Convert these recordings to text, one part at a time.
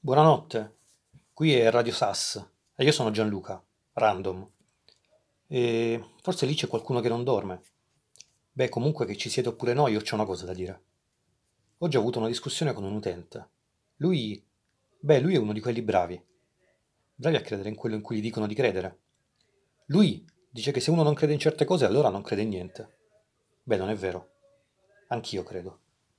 Buonanotte, qui è Radio Sass e io sono Gianluca, random. E forse lì c'è qualcuno che non dorme. Beh, comunque che ci siete oppure no, io c'ho una cosa da dire. Oggi ho avuto una discussione con un utente. Lui, lui è uno di quelli bravi. Bravi a credere in quello in cui gli dicono di credere. Lui dice che se uno non crede in certe cose, allora non crede in niente. Beh, non è vero. Anch'io credo.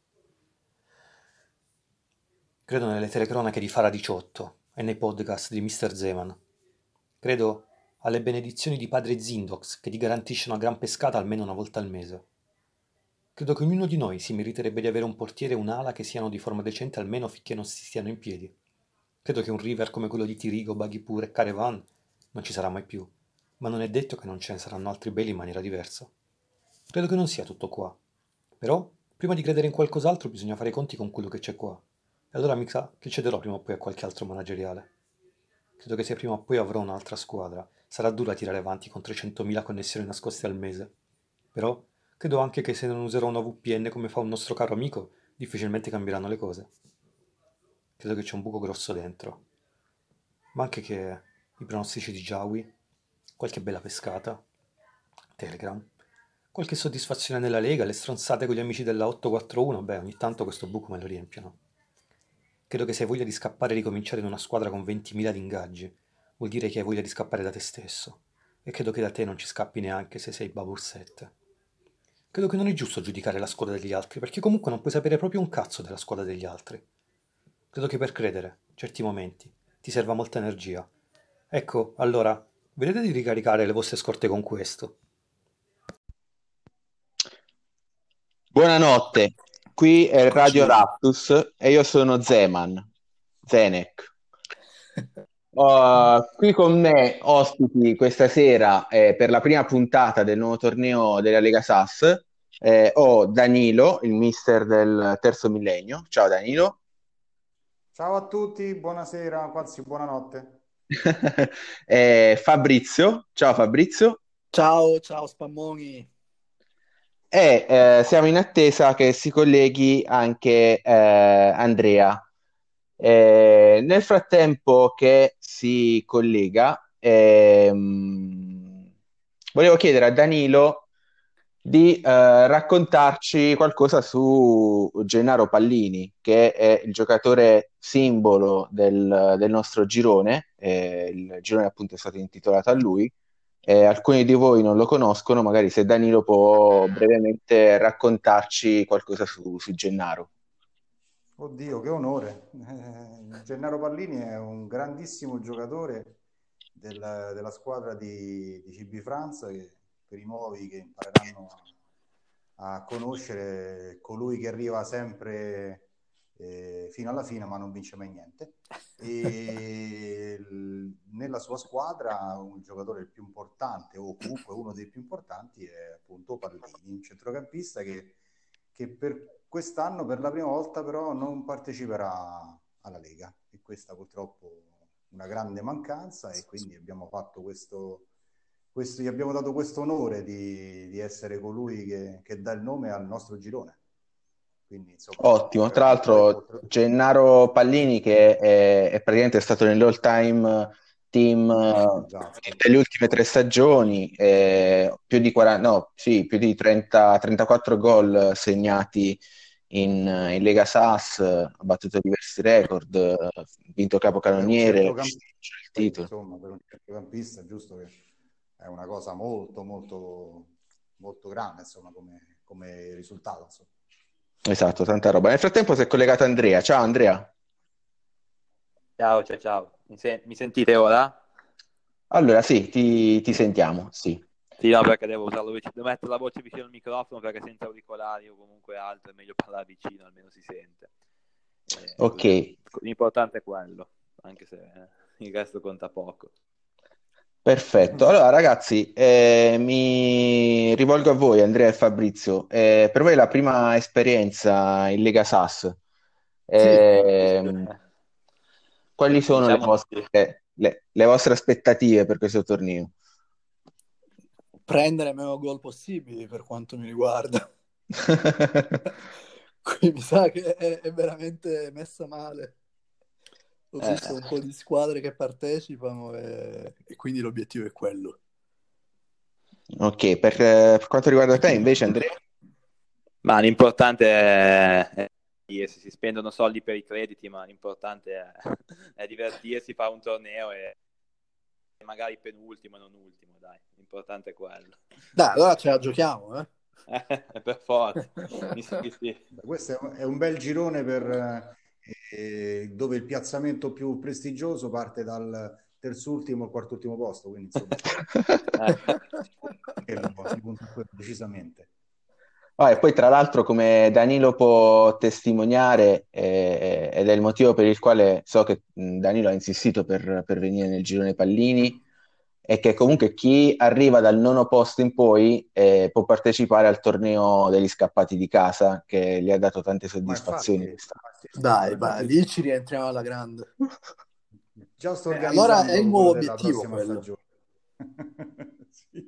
Credo nelle telecronache di Fara 18 e nei podcast di Mr. Zeman. Credo alle benedizioni di padre Zindox che ti garantisce una gran pescata almeno una volta al mese. Credo che ognuno di noi si meriterebbe di avere un portiere e un'ala che siano di forma decente almeno finché non si stiano in piedi. Credo che un river come quello di Tirigo, Baghipur e Caravan non ci sarà mai più, ma non è detto che non ce ne saranno altri belli in maniera diversa. Credo che non sia tutto qua. Però, prima di credere in qualcos'altro bisogna fare i conti con quello che c'è qua. E allora mi sa che cederò prima o poi a qualche altro manageriale. Credo che se prima o poi avrò un'altra squadra, sarà dura tirare avanti con 300.000 connessioni nascoste al mese. Però, credo anche che se non userò una VPN come fa un nostro caro amico, difficilmente cambieranno le cose. Credo che c'è un buco grosso dentro. Ma anche che i pronostici di Jawi, qualche bella pescata, Telegram, qualche soddisfazione nella Lega, le stronzate con gli amici della 841, beh, ogni tanto questo buco me lo riempiono. Credo che se hai voglia di scappare e ricominciare in una squadra con 20.000 di ingaggi, vuol dire che hai voglia di scappare da te stesso. E credo che da te non ci scappi neanche se sei Babur 7. Credo che non è giusto giudicare la squadra degli altri, perché comunque non puoi sapere proprio un cazzo della squadra degli altri. Credo che per credere, certi momenti, ti serva molta energia. Ecco, allora, vedete di ricaricare le vostre scorte con questo. Buonanotte, qui è Radio Eccoci. Raptus e io sono Zeman, Zenek. Qui con me ospiti questa sera per la prima puntata del nuovo torneo della Lega Sass ho Danilo, il mister del terzo millennio. Ciao Danilo. Ciao a tutti, buonasera, quasi buonanotte. Fabrizio. Ciao Fabrizio. Ciao, ciao Spammoni. E siamo in attesa che si colleghi anche Andrea. Nel frattempo che si collega, volevo chiedere a Danilo di raccontarci qualcosa su Gennaro Pallini, che è il giocatore simbolo del nostro girone. Il girone appunto è stato intitolato a lui. Alcuni di voi non lo conoscono, magari se Danilo può brevemente raccontarci qualcosa su Gennaro. Oddio, che onore. Gennaro Pallini è un grandissimo giocatore della squadra di CB France, che per i nuovi che impareranno a conoscere, colui che arriva sempre fino alla fine ma non vince mai niente. Nella sua squadra un giocatore il più importante, o comunque uno dei più importanti, è appunto Pallini, un centrocampista che per quest'anno per la prima volta però non parteciperà alla Lega, e questa purtroppo è una grande mancanza, e quindi abbiamo fatto gli abbiamo dato questo onore di essere colui che dà il nome al nostro girone. Quindi insomma, Ottimo, tra e poi l'altro oltre... Gennaro Pallini che è praticamente stato nell'all time team Esatto. delle ultime tre stagioni, più di 40, no, sì, più di 30, 34 gol segnati in Lega Sass, ha battuto diversi record, vinto Per un capocannoniere, centrocampista, il titolo. insomma, per un centrocampista è giusto che è una cosa molto, molto, molto grande, insomma, come risultato, insomma. Esatto, tanta roba. Nel frattempo si è collegato Andrea. Ciao Andrea. Ciao, ciao, ciao. Mi sentite ora? Allora, sì, ti sentiamo, sì. Sì, no, perché devo mettere la voce vicino al microfono perché senza auricolari o comunque altro è meglio parlare vicino, almeno si sente. Ok. Così. L'importante è quello, anche se il resto conta poco. Perfetto. Allora, ragazzi, mi rivolgo a voi, Andrea e Fabrizio. Per voi è la prima esperienza in Lega Sass. Sì, Ehm, quali sono diciamo sì. le vostre aspettative per questo torneo? Prendere meno gol possibili per quanto mi riguarda. Qui mi sa che è veramente messa male. Ho visto un po' di squadre che partecipano e quindi l'obiettivo è quello. Ok, per quanto riguarda te invece, Andrea? Ma l'importante è divertirsi, si spendono soldi per i crediti, ma l'importante è divertirsi, fare un torneo e magari penultimo, non ultimo, dai, l'importante è quello. Dai, allora ce la giochiamo, eh? Per forza, sì. Questo è un bel girone dove il piazzamento più prestigioso parte dal terzultimo al quartultimo posto, quindi insomma si punta a quello decisamente. E poi tra l'altro, come Danilo può testimoniare, ed è il motivo per il quale so che Danilo ha insistito per venire nel girone Pallini, è che comunque chi arriva dal nono posto in poi può partecipare al torneo degli scappati di casa, che gli ha dato tante Ma soddisfazioni infatti, quest'anno. Dai, lì ci rientriamo alla grande. già sto Allora è il organizzando nuovo quello della obiettivo prossima quello. stagione. Sì.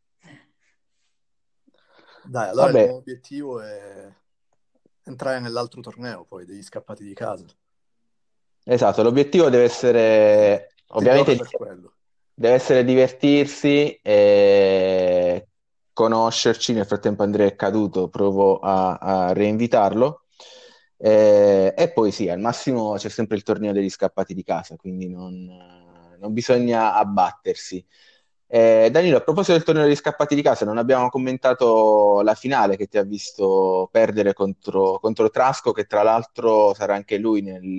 Dai, allora il Vabbè, nuovo obiettivo è entrare nell'altro torneo poi degli scappati di casa. esatto, l'obiettivo deve essere, Si gioca ovviamente, per quello. deve essere divertirsi e conoscerci. Nel frattempo Andrea è caduto, provo a reinvitarlo. E poi sì, al massimo c'è sempre il torneo degli scappati di casa, quindi non bisogna abbattersi. Danilo, a proposito del torneo degli scappati di casa, non abbiamo commentato la finale che ti ha visto perdere contro Trasco, che tra l'altro sarà anche lui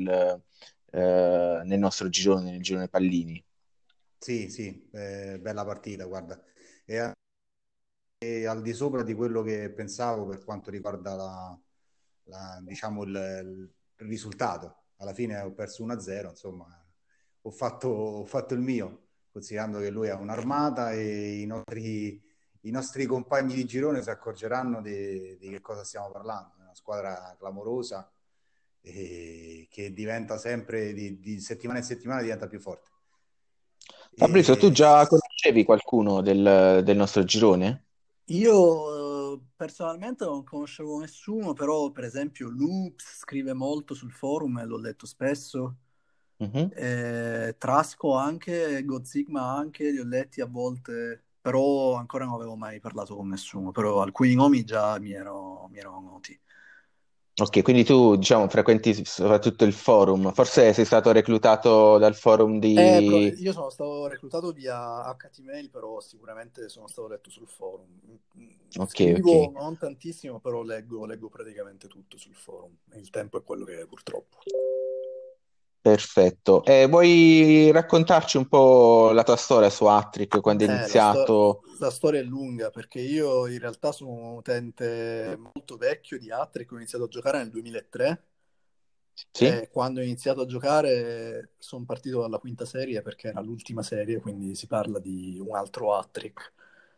nel nostro girone, nel girone Pallini. Sì, sì, bella partita, guarda. E al di sopra di quello che pensavo per quanto riguarda diciamo il risultato. Alla fine ho perso 1-0, insomma, ho fatto il mio, considerando che lui ha un'armata e i nostri compagni di girone si accorgeranno di che cosa stiamo parlando. È una squadra clamorosa e che diventa sempre, di settimana in settimana, diventa più forte. Fabrizio, tu E già conoscevi qualcuno del nostro girone? Io personalmente non conoscevo nessuno, però per esempio Loops scrive molto sul forum e l'ho letto spesso. Mhm. Trasco anche, Gozigma anche, li ho letti a volte, però ancora non avevo mai parlato con nessuno, però alcuni nomi già mi erano noti. Ok, quindi tu, diciamo, frequenti soprattutto il forum. Forse sei stato reclutato dal forum di... Io sono stato reclutato via HTML, però sicuramente sono stato letto sul forum. Ok, ok. Scrivo non tantissimo, però leggo praticamente tutto sul forum. Il tempo è quello che è, purtroppo. Perfetto. E vuoi raccontarci un po' la tua storia su Attrick, quando è Eh, la, sto- iniziato? la storia è lunga perché io in realtà sono un utente molto vecchio di Attrick, ho iniziato a giocare nel 2003 Sì? e quando ho iniziato a giocare sono partito dalla quinta serie perché era l'ultima serie, quindi si parla di un altro Attrick.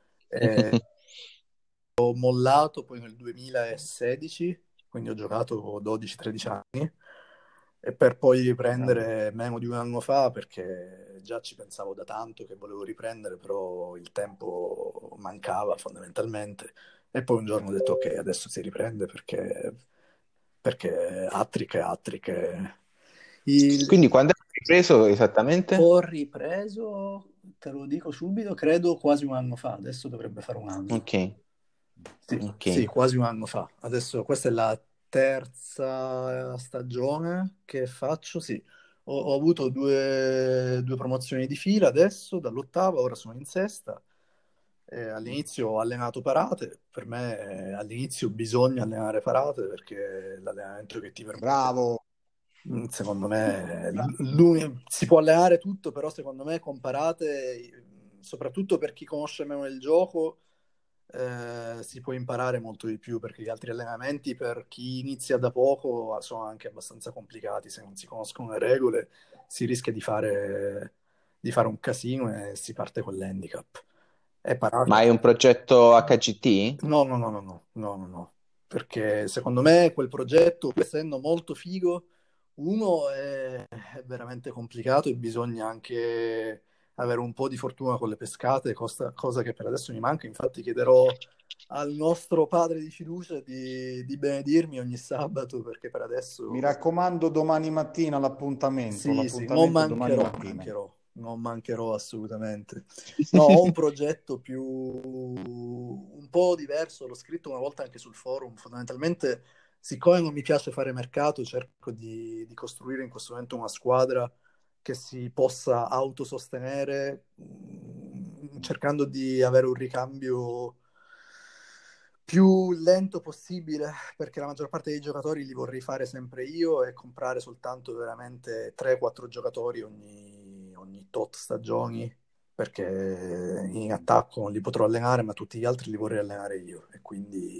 Ho mollato poi nel 2016, quindi ho giocato 12-13 anni e per poi riprendere meno di un anno fa perché già ci pensavo da tanto che volevo riprendere, però il tempo mancava fondamentalmente e poi un giorno ho detto ok, adesso si riprende perché Attrick è Attrick. Quindi quando hai ripreso esattamente? Ho ripreso, te lo dico subito, credo quasi un anno fa, adesso dovrebbe fare un anno. Ok, Sì, ok. sì, quasi un anno fa. Adesso questa è la terza stagione che faccio, sì. Ho avuto due promozioni di fila adesso, dall'ottava, ora sono in sesta. All'inizio ho allenato parate, per me all'inizio bisogna allenare parate perché è l'allenamento che ti permette, bravo. secondo me, si può allenare tutto, però secondo me con parate, soprattutto per chi conosce meno il gioco, si può imparare molto di più perché gli altri allenamenti per chi inizia da poco sono anche abbastanza complicati. Se non si conoscono le regole, si rischia di fare un casino e si parte con l'handicap. È Ma hai un parata. progetto HGT? No, no, no, no, no, no, no, no. Perché secondo me quel progetto, essendo molto figo, uno è veramente complicato e bisogna avere un po' di fortuna con le pescate, cosa che per adesso mi manca. Infatti chiederò al nostro padre di fiducia di benedirmi ogni sabato, perché per Mi adesso raccomando, domani mattina l'appuntamento. sì, non L'appuntamento è domani mattina. non mancherò assolutamente. No, ho un progetto più un po' diverso, l'ho scritto una volta anche sul forum. Fondamentalmente, siccome non mi piace fare mercato, cerco di costruire in questo momento una squadra che si possa autosostenere, cercando di avere un ricambio più lento possibile, perché la maggior parte dei giocatori li vorrei fare sempre io e comprare soltanto veramente 3-4 giocatori ogni tot stagioni, perché in attacco non li potrò allenare, ma tutti gli altri li vorrei allenare io, e quindi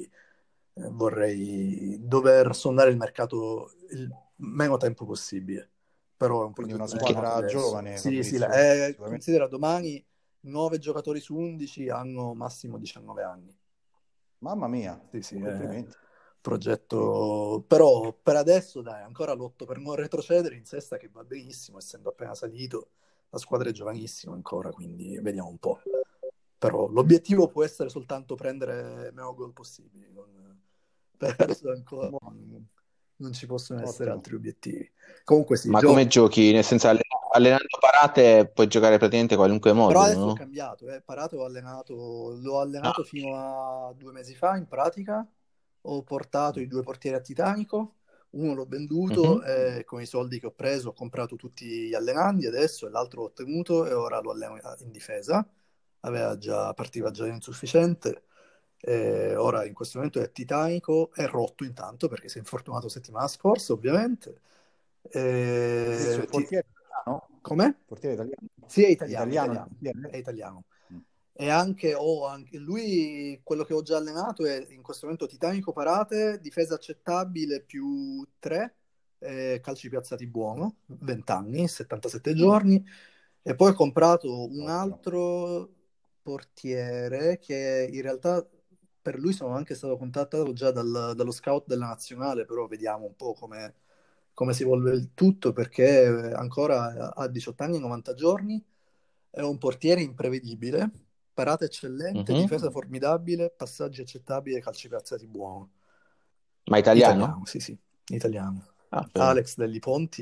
vorrei dover sondare il mercato il meno tempo possibile. Però è un Quindi una progetto molto squadra complesso. giovane, Sì, sì, Fabrizio. Sicuramente. considera domani 9 giocatori su 11 hanno massimo 19 anni. Mamma mia, Sì, sì, è complimenti. progetto, però per adesso dai, ancora lotto per non retrocedere in sesta, che va benissimo, essendo appena salito, la squadra è giovanissima ancora, quindi vediamo un po'. Però l'obiettivo può essere soltanto prendere meno gol possibili, per adesso ancora non ci possono essere Ottimo. altri obiettivi. Comunque sì, Ma come giochi? Nel senso, allenando parate puoi giocare praticamente qualunque però modulo, adesso ho no? cambiato, Parato l'ho allenato fino a 2 mesi fa in pratica, ho portato i 2 portieri a Titanico, uno l'ho venduto Mhm. e con i soldi che ho preso ho comprato tutti gli allenandi adesso, e l'altro l'ho tenuto e ora lo alleno in difesa, partiva già insufficiente, e ora in questo momento è Titanico, è rotto intanto perché si è infortunato settimana scorsa ovviamente. Fabrizio, il Eh, ti- portiere italiano? Com'è? Portiere italiano? Sì, è italiano, Italiano il italiano, portiere? è italiano. Mm. E anche lui, quello che ho già allenato è in questo momento Titanico parate, difesa accettabile più 3, calci piazzati buono, 20 anni, 77 giorni. E poi ho comprato un Ottimo. altro portiere che in realtà per lui sono anche stato contattato già dallo scout della nazionale, però vediamo un po' come si evolve il tutto, perché ancora ha 18 anni e 90 giorni, è un portiere imprevedibile, parata eccellente, Mhm. difesa formidabile, passaggi accettabili e calci piazzati buono. Ma italiano? Italiano, sì, sì, italiano. Ah, però. Alex Delli Ponti.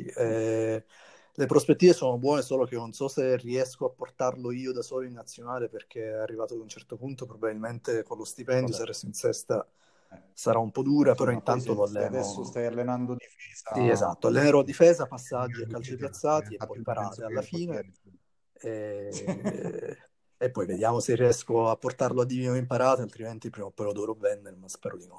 Le prospettive sono buone, solo che non so se riesco a portarlo io da solo in nazionale, perché è arrivato ad un certo punto, probabilmente con lo stipendio, Vabbè. se resto in sesta sarà un po' dura, Sì, però ma poi intanto lo se adesso alleno. stai allenando Sì, difesa, esatto, allenerò difesa, passaggi e magari calci diventa piazzati e diventa poi più parate alla difensore del fine. portiere. E, e poi vediamo se riesco a portarlo a Divino in parate, altrimenti prima o poi lo dovrò vendere, ma spero di no.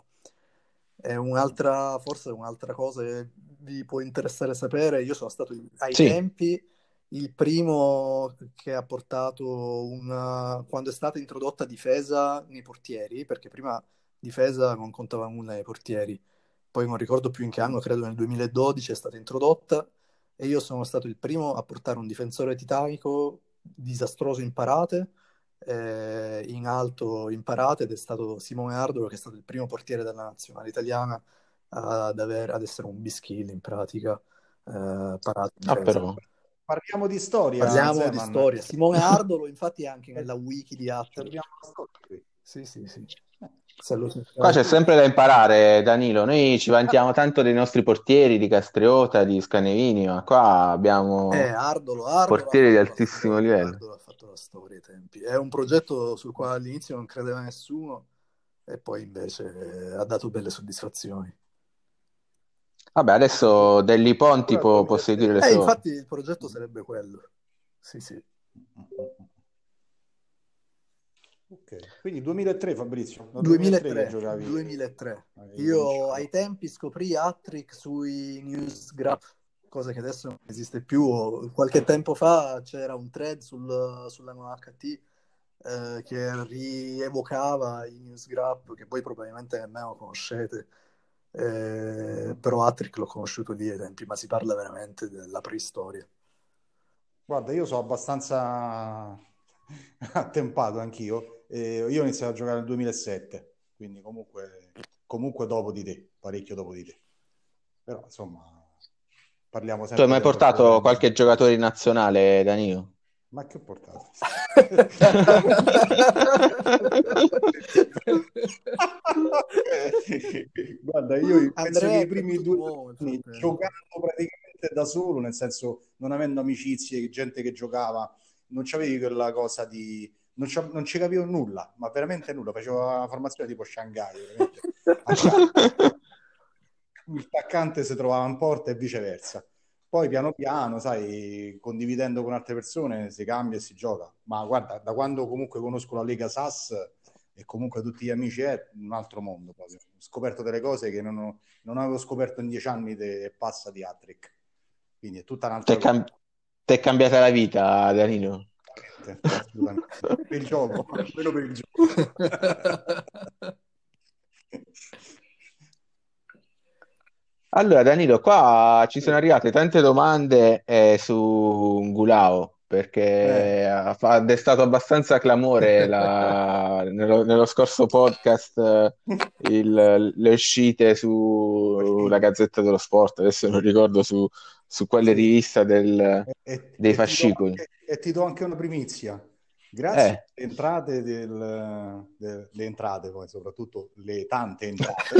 Forse un'altra cosa che vi può interessare sapere, io sono stato ai Sì. tempi il primo che ha portato quando è stata introdotta difesa nei portieri, perché prima difesa non contava nulla nei portieri, poi non ricordo più in che anno, credo nel 2012 è stata introdotta, e io sono stato il primo a portare un difensore titanico disastroso in parate, in alto in parate, ed è stato Simone Ardolo, che è stato il primo portiere della nazionale italiana ad essere un biskill in pratica, parate in Ah, difesa. però. Parliamo di storia, Parliamo di Zeman. storia. Simone Ardolo, infatti, è anche nella wiki di Attrick. Serviamo la storia qui. Sì, sì, sì. Qua c'è sempre da imparare, Danilo. Noi ci vantiamo tanto dei nostri portieri di Castriota, di Scanevini, ma qua abbiamo Ardolo portieri di altissimo livello. Ardolo ha fatto la storia ai tempi. È un progetto sul quale all'inizio non credeva nessuno, e poi invece ha dato belle soddisfazioni. Vabbè, adesso Delli Ponti Ancora può 2003. seguire le sue ore. Infatti il progetto sarebbe quello. Sì, sì. Ok, quindi 2003 Fabrizio, dal 2003 che 2003, giocavi. 2003. Avevi Io cominciato. ai tempi scoprì Attrick sui Newsgraph, cosa che adesso non esiste più. Qualche tempo fa c'era un thread sulla NHT che rievocava i Newsgraph, che voi probabilmente nemmeno conoscete. Però Attrick l'ho conosciuto lì ai tempi, ma si parla veramente della preistoria. Guarda, io sono abbastanza attempato anch'io. Io ho iniziato a giocare nel 2007, quindi comunque dopo di te, parecchio dopo di te. Però insomma, parliamo Tu hai sempre mai di qualcosa portato di... qualche giocatore in nazionale, Danilo? Ma che ho portato? Guarda, io penso che Andrea i è primi cresciuto 2 uomo nel anni frattempo. giocando praticamente da solo, nel senso non avendo amicizie, gente che giocava, non c'avevi quella cosa di... non ci capivo nulla, ma veramente nulla. Facevo una formazione tipo Shanghai, veramente. Il attaccante si trovava in porta e viceversa. Poi piano piano, sai, condividendo con altre persone si cambia e si gioca. Ma guarda, da quando comunque conosco la Lega SAS e comunque tutti gli amici è un altro mondo proprio. Ho scoperto delle cose che non avevo scoperto in 10 anni e passa di Hattrick. Quindi è tutta T'è un'altra cosa. cam- t'è cambiata la vita, Danilo. Assolutamente, assolutamente. Per il gioco, almeno per il gioco. Allora, Danilo, qua ci sono arrivate tante domande su Gulao, Eh, perché ha destato abbastanza clamore nello scorso podcast le uscite sulla Gazzetta dello Sport, adesso non ricordo su quale sì. rivista dei fascicoli. Ti do anche una primizia. Grazie Eh, alle entrate le entrate, poi soprattutto le tante entrate,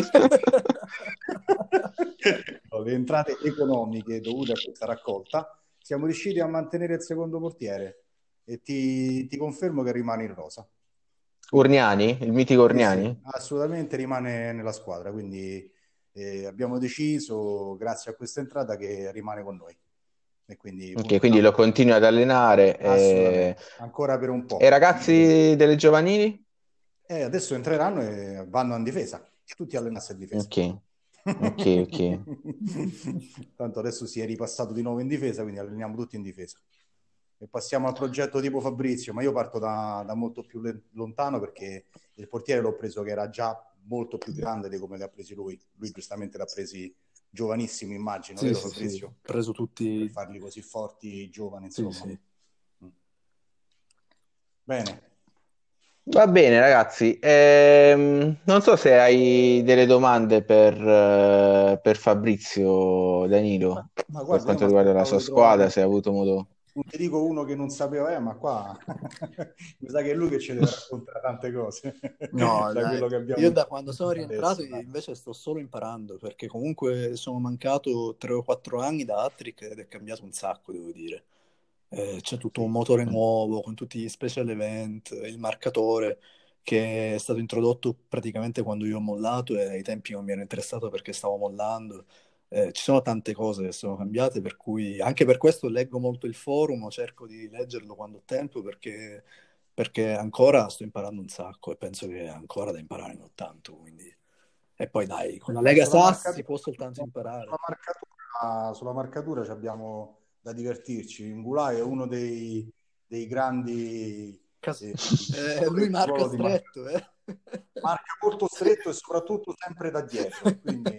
no, le entrate economiche dovute a questa raccolta, siamo riusciti a mantenere il secondo portiere e ti confermo che rimane in rosa. Quindi, Urniani, il mitico sì, sì, Urniani? assolutamente rimane nella squadra, quindi abbiamo deciso, grazie a questa entrata, che rimane con noi. E quindi Ok, quindi lo puntiamo continui ad allenare. assolutamente, ancora per un E i po'. ragazzi delle giovanili? Adesso entreranno e vanno in difesa, tutti allenarsi a difesa. Ok, ok, ok. Tanto adesso si è ripassato di nuovo in difesa, quindi alleniamo tutti in difesa. E passiamo al progetto tipo Fabrizio, ma io parto da molto più lontano perché il portiere l'ho preso che era già molto più grande di come li ha presi lui. Lui giustamente l'ha presi giovanissimi, immagino, Sì, vero sì, sì, Fabrizio? ho preso Per tutti. farli così forti, giovani, Sì, insomma. sì. Bene. Va bene, ragazzi. Non so se hai delle domande per Fabrizio, Danilo, Ma per guarda, io mi quanto riguarda la aspettavo sua di trovare, squadra, se hai avuto modo. non ti dico uno che non sapeva, ma qua mi sa che è lui che ci deve raccontare tante cose No, da dai, quello che abbiamo io da visto quando sono fino rientrato adesso. Dai. invece sto solo imparando perché comunque sono mancato 3 o 4 anni da Hattrick ed è cambiato un sacco, devo dire. C'è tutto un Sì. motore nuovo con tutti gli special event, il marcatore che è stato introdotto praticamente quando io ho mollato e ai tempi non mi ero interessato perché stavo mollando. Ci sono tante cose che sono cambiate, per cui anche per questo leggo molto il forum, cerco di leggerlo quando ho tempo perché ancora sto imparando un sacco e penso che ancora da imparare non ho tanto. Quindi... E poi dai, con la Lega Sulla SAS si marcatura, può soltanto imparare. sulla marcatura ci abbiamo da divertirci. Ingulai è uno dei grandi Lui giocatori di marca ruolo di marcatura. stretto, eh? Marca molto stretto e soprattutto sempre da dietro. Quindi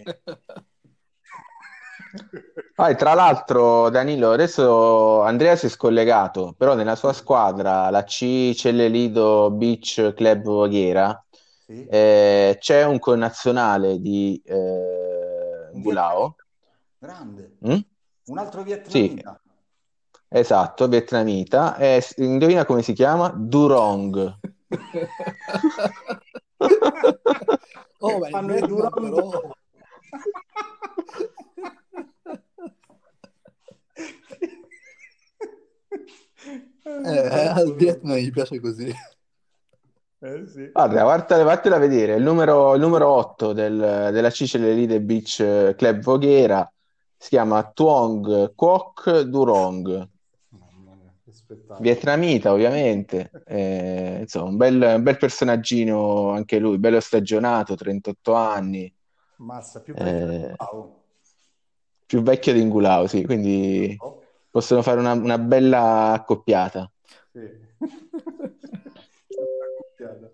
Ah, e tra l'altro, Danilo, adesso Andrea si è scollegato, però nella sua squadra, la C Cellelido Beach Club Voghera, sì, c'è un connazionale di un Gulao. vietnamita, grande, Mm? un altro Sì, vietnamita. esatto, vietnamita. Indovina come si chiama? Durong. Oh, ma il Fanno i Vietnam Durand. però... Al Troppo. Vietnam gli piace così. Sì. Guarda, vattela a vedere, il numero 8 della Cicel Elite Beach Club Voghera si chiama Tuong Quoc Durong, Mamma mia, che spettacolo. vietnamita ovviamente, insomma un bel personaggino anche lui, bello stagionato, 38 anni, Massa, più vecchio del eh, Pau. più vecchio di Ingulao, sì, quindi Oh, possono fare una bella accoppiata. sì. Una accoppiata.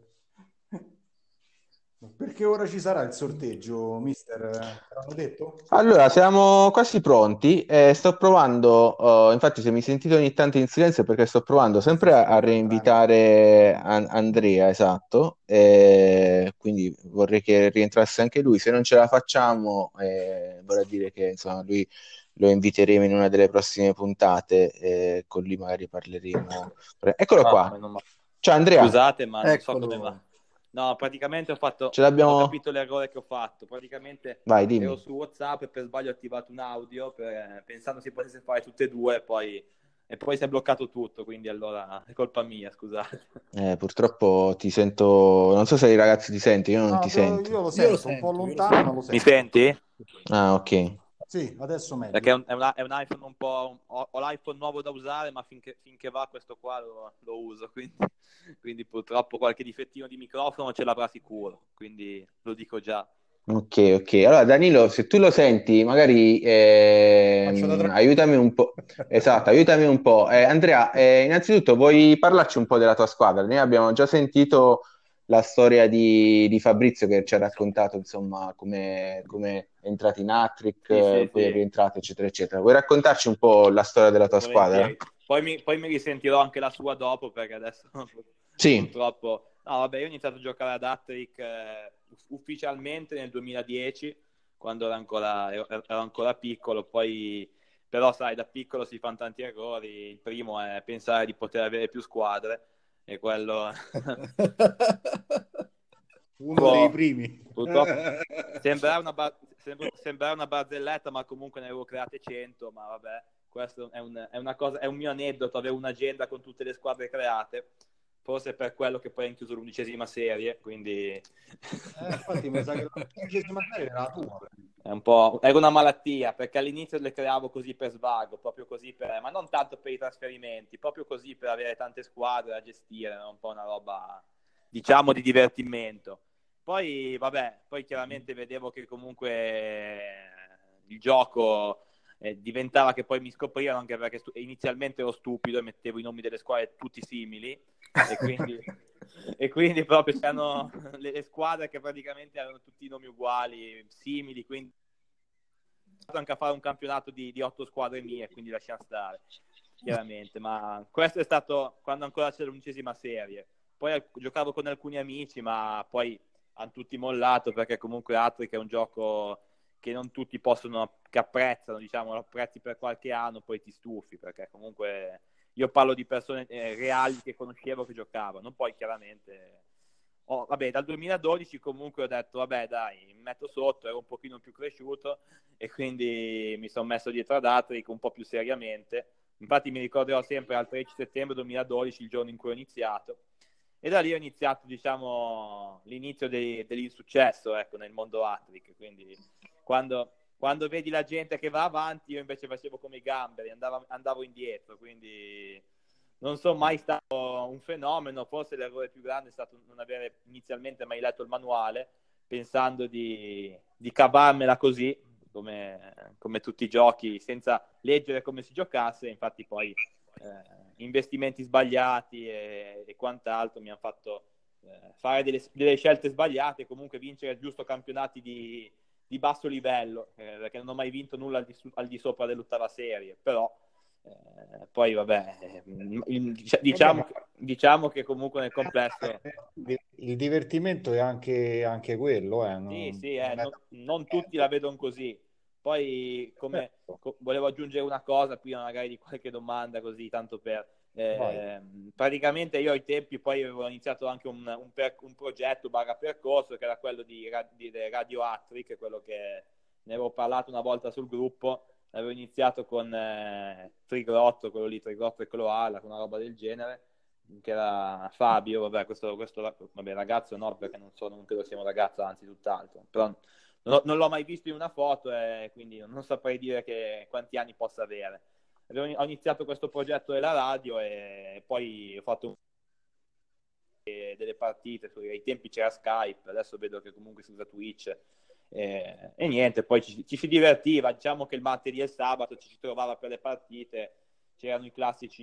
Perché ora ci sarà il sorteggio, mister? Te l'hanno detto? Allora, siamo quasi pronti. Sto provando, infatti, se mi sentite ogni tanto in silenzio è perché sto provando Sì, sì, sempre sì, a devi entrare. reinvitare Andrea, esatto. Quindi vorrei che rientrasse anche lui. Se non ce la facciamo, vorrà dire che insomma, lui lo inviteremo in una delle prossime puntate, con lui magari parleremo. Eccolo qua. Ciao Andrea, Scusate, ma non so come va. Eccolo. No, praticamente ce l'abbiamo. ho capito l'errore che ho fatto. Praticamente Vai, ero dimmi. su WhatsApp e per sbaglio ho attivato un audio pensando si potesse fare tutte e due e poi si è bloccato tutto, quindi allora è colpa mia, scusate. Purtroppo ti sento, non so se i ragazzi ti sentono, io non No, ti sento. io lo Io lo sento, un po' sento, io lo lontano, ma lo Mi sento. senti? Ah, ok. Sì, adesso Perché meglio. è un iPhone un po'... Ho l'iPhone nuovo da usare, ma finché va questo qua lo uso, quindi purtroppo qualche difettino di microfono ce l'avrà sicuro, quindi lo dico già. Ok, ok. Allora, Danilo, se tu lo senti, magari Faccio da aiutami un po'. Esatto, aiutami un po'. Andrea, innanzitutto vuoi parlarci un po' della tua squadra? Noi abbiamo già sentito la storia di Fabrizio che ci ha raccontato, insomma, come è entrato in hat-trick, Sì, poi è sì. rientrato, eccetera, eccetera. Vuoi raccontarci un po' la storia della tua squadra? Volentieri. Poi mi risentirò anche la sua dopo perché adesso Sì. purtroppo... No, vabbè, io ho iniziato a giocare ad Hat-Trick ufficialmente nel 2010, quando ero ancora piccolo, poi però sai, da piccolo si fanno tanti errori. Il primo è pensare di poter avere più squadre e quello... uno dei primi. Purtroppo sembrerà una barzelletta, ma comunque ne avevo create 100, ma vabbè, questo è una cosa, è un mio aneddoto, avevo un'agenda con tutte le squadre create, forse per quello che poi hanno chiuso l'11ª serie, quindi Infatti mi sa che la 15ª serie era la tua. era una malattia, perché all'inizio le creavo così per svago, proprio così ma non tanto per i trasferimenti, proprio così per avere tante squadre da gestire, era un po' una roba, diciamo, di divertimento. Poi, vabbè, poi chiaramente vedevo che comunque il gioco diventava che poi mi scoprivano, anche perché inizialmente ero stupido e mettevo i nomi delle squadre tutti simili e quindi proprio c'erano le squadre che praticamente avevano tutti i nomi uguali, simili, quindi anche a fare un campionato di 8 squadre mie, quindi lasciamo stare, chiaramente, ma questo è stato quando ancora c'era l'11ª serie. Poi giocavo con alcuni amici, ma poi hanno tutti mollato perché comunque Hat-Trick è un gioco che non tutti che apprezzano, diciamo, lo apprezzi per qualche anno, poi ti stufi, perché comunque io parlo di persone reali che conoscevo che giocavano, poi chiaramente... vabbè, dal 2012 comunque ho detto, vabbè dai, mi metto sotto, ero un pochino più cresciuto e quindi mi sono messo dietro ad Hat-Trick un po' più seriamente. Infatti mi ricorderò sempre al 13 settembre 2012, il giorno in cui ho iniziato. E da lì ho iniziato, diciamo, l'inizio dell'insuccesso, ecco, nel mondo Hat-Trick. Quindi quando vedi la gente che va avanti, io invece facevo come i gamberi, andavo indietro, quindi non sono mai stato un fenomeno. Forse l'errore più grande è stato non avere inizialmente mai letto il manuale, pensando di cavarmela così, come tutti i giochi, senza leggere come si giocasse. Infatti poi investimenti sbagliati e quant'altro mi hanno fatto fare delle scelte sbagliate, comunque vincere giusto campionati di basso livello, perché non ho mai vinto nulla al di sopra dell'8ª serie, però poi vabbè, diciamo che comunque nel complesso Il divertimento è anche quello, sì, non è... non tutti la vedono così. Poi volevo aggiungere una cosa prima magari di qualche domanda, così tanto per praticamente io ai tempi poi avevo iniziato anche un progetto barra percorso che era quello di Radio Hat-Trick, quello che ne avevo parlato una volta sul gruppo. Avevo iniziato con Trigrotto, quello lì, Trigrotto e Cloala, una roba del genere, che era Fabio, vabbè, questo vabbè, ragazzo no, perché non credo sia un ragazzo, anzi tutt'altro, però non l'ho mai visto in una foto e quindi non saprei dire quanti anni possa avere. Ho iniziato questo progetto della radio e poi ho fatto delle partite, ai tempi c'era Skype, adesso vedo che comunque si usa Twitch e niente, poi ci si divertiva, diciamo che il martedì e il sabato ci si trovava per le partite, c'erano le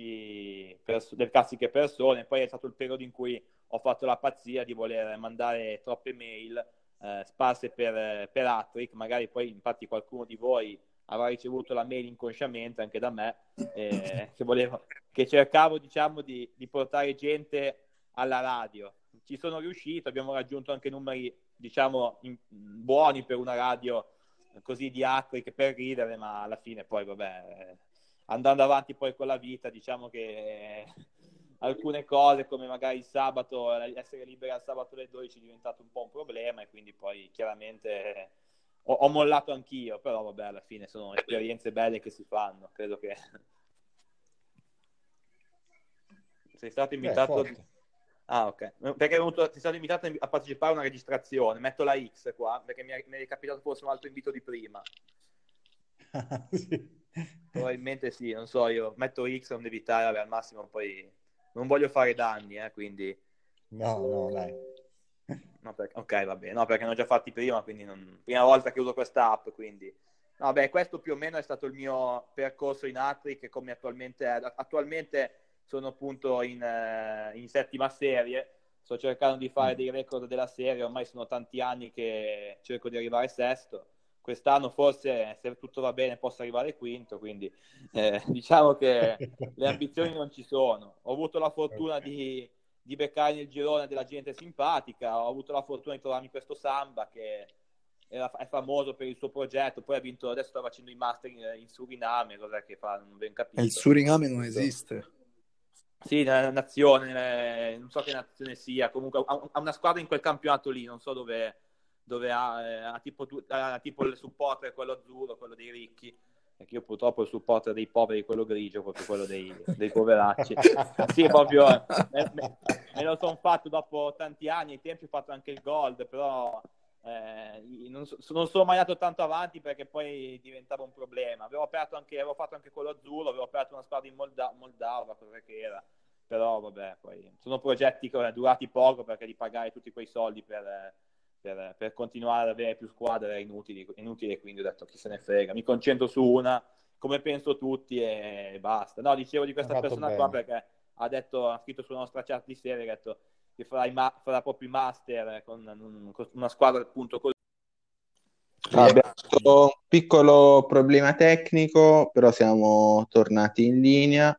classiche persone. Poi è stato il periodo in cui ho fatto la pazzia di voler mandare troppe mail sparse per Hat-Trick, magari poi infatti qualcuno di voi avrà ricevuto la mail inconsciamente anche da me, che cercavo, diciamo, di portare gente alla radio. Ci sono riuscito, abbiamo raggiunto anche numeri, diciamo, buoni per una radio così di Hattrick per ridere, ma alla fine poi vabbè, andando avanti poi con la vita, diciamo che alcune cose come magari il sabato, essere liberi al sabato alle 12 è diventato un po' un problema, e quindi poi chiaramente ho mollato anch'io, però vabbè, alla fine sono esperienze belle che si fanno. Credo che sei stato invitato. Forte. Ah, ok. Perché sei stato invitato a partecipare a una registrazione. Metto la X qua, perché mi è capitato forse un altro invito di prima. Sì. Probabilmente sì, non so, io metto X non evitare, vabbè, al massimo poi non voglio fare danni, quindi... No, dai. No, ok, va bene. No, perché ne ho già fatti prima, quindi prima volta che uso questa app, quindi... No, beh, questo più o meno è stato il mio percorso in Hattrick, come attualmente è. Attualmente sono appunto in settima serie, sto cercando di fare dei record della serie, ormai sono tanti anni che cerco di arrivare sesto. Quest'anno forse, se tutto va bene, posso arrivare quinto, quindi diciamo che le ambizioni non ci sono. Ho avuto la fortuna di beccare nel girone della gente simpatica, ho avuto la fortuna di trovarmi questo Samba che è famoso per il suo progetto, poi ha vinto, adesso sta facendo i master in Suriname, cos'è che fa, non ben capito. E il Suriname non esiste. Sì, nazione, non so che nazione sia, comunque ha una squadra in quel campionato lì, non so dove ha tipo il supporter, quello azzurro, quello dei ricchi, perché io purtroppo il supporter dei poveri, quello grigio, proprio quello dei poveracci. Sì, proprio me lo sono fatto dopo tanti anni, ai tempi ho fatto anche il gold, però non sono mai andato tanto avanti perché poi diventava un problema. Avevo fatto anche quello azzurro, avevo aperto una squadra in Moldava, cosa che era, però vabbè, poi sono progetti che durati poco, perché di pagare tutti quei soldi per continuare ad avere più squadre è inutile, quindi ho detto chi se ne frega, mi concentro su una come penso tutti e basta. No, dicevo di questa persona bene. qua perché ha scritto sulla nostra chat di serie, ha detto che farà proprio i master con una squadra appunto così. Abbiamo avuto un piccolo problema tecnico, però siamo tornati in linea.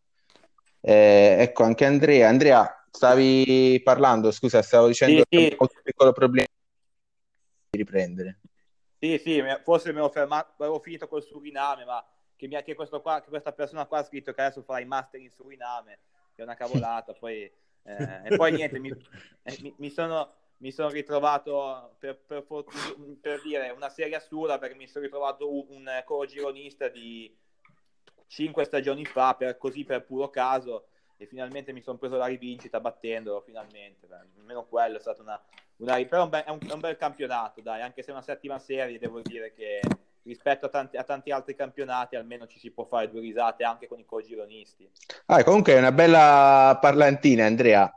Ecco anche Andrea. Andrea, stavi parlando, scusa, stavo dicendo che abbiamo avuto un piccolo problema di riprendere. Sì, forse mi ero fermato, avevo finito col Suriname, ma che questa persona qua ha scritto che adesso farà i master in Suriname, che è una cavolata, poi e poi niente, mi sono ritrovato per dire una serie assurda, perché mi sono ritrovato un cogironista di 5 stagioni fa, per puro caso, e finalmente mi sono preso la rivincita battendolo, finalmente. Almeno quello è stato però è un bel campionato, dai, anche se è una settima serie, devo dire che rispetto a tanti altri campionati almeno ci si può fare due risate anche con i cogironisti. Comunque è una bella parlantina, Andrea.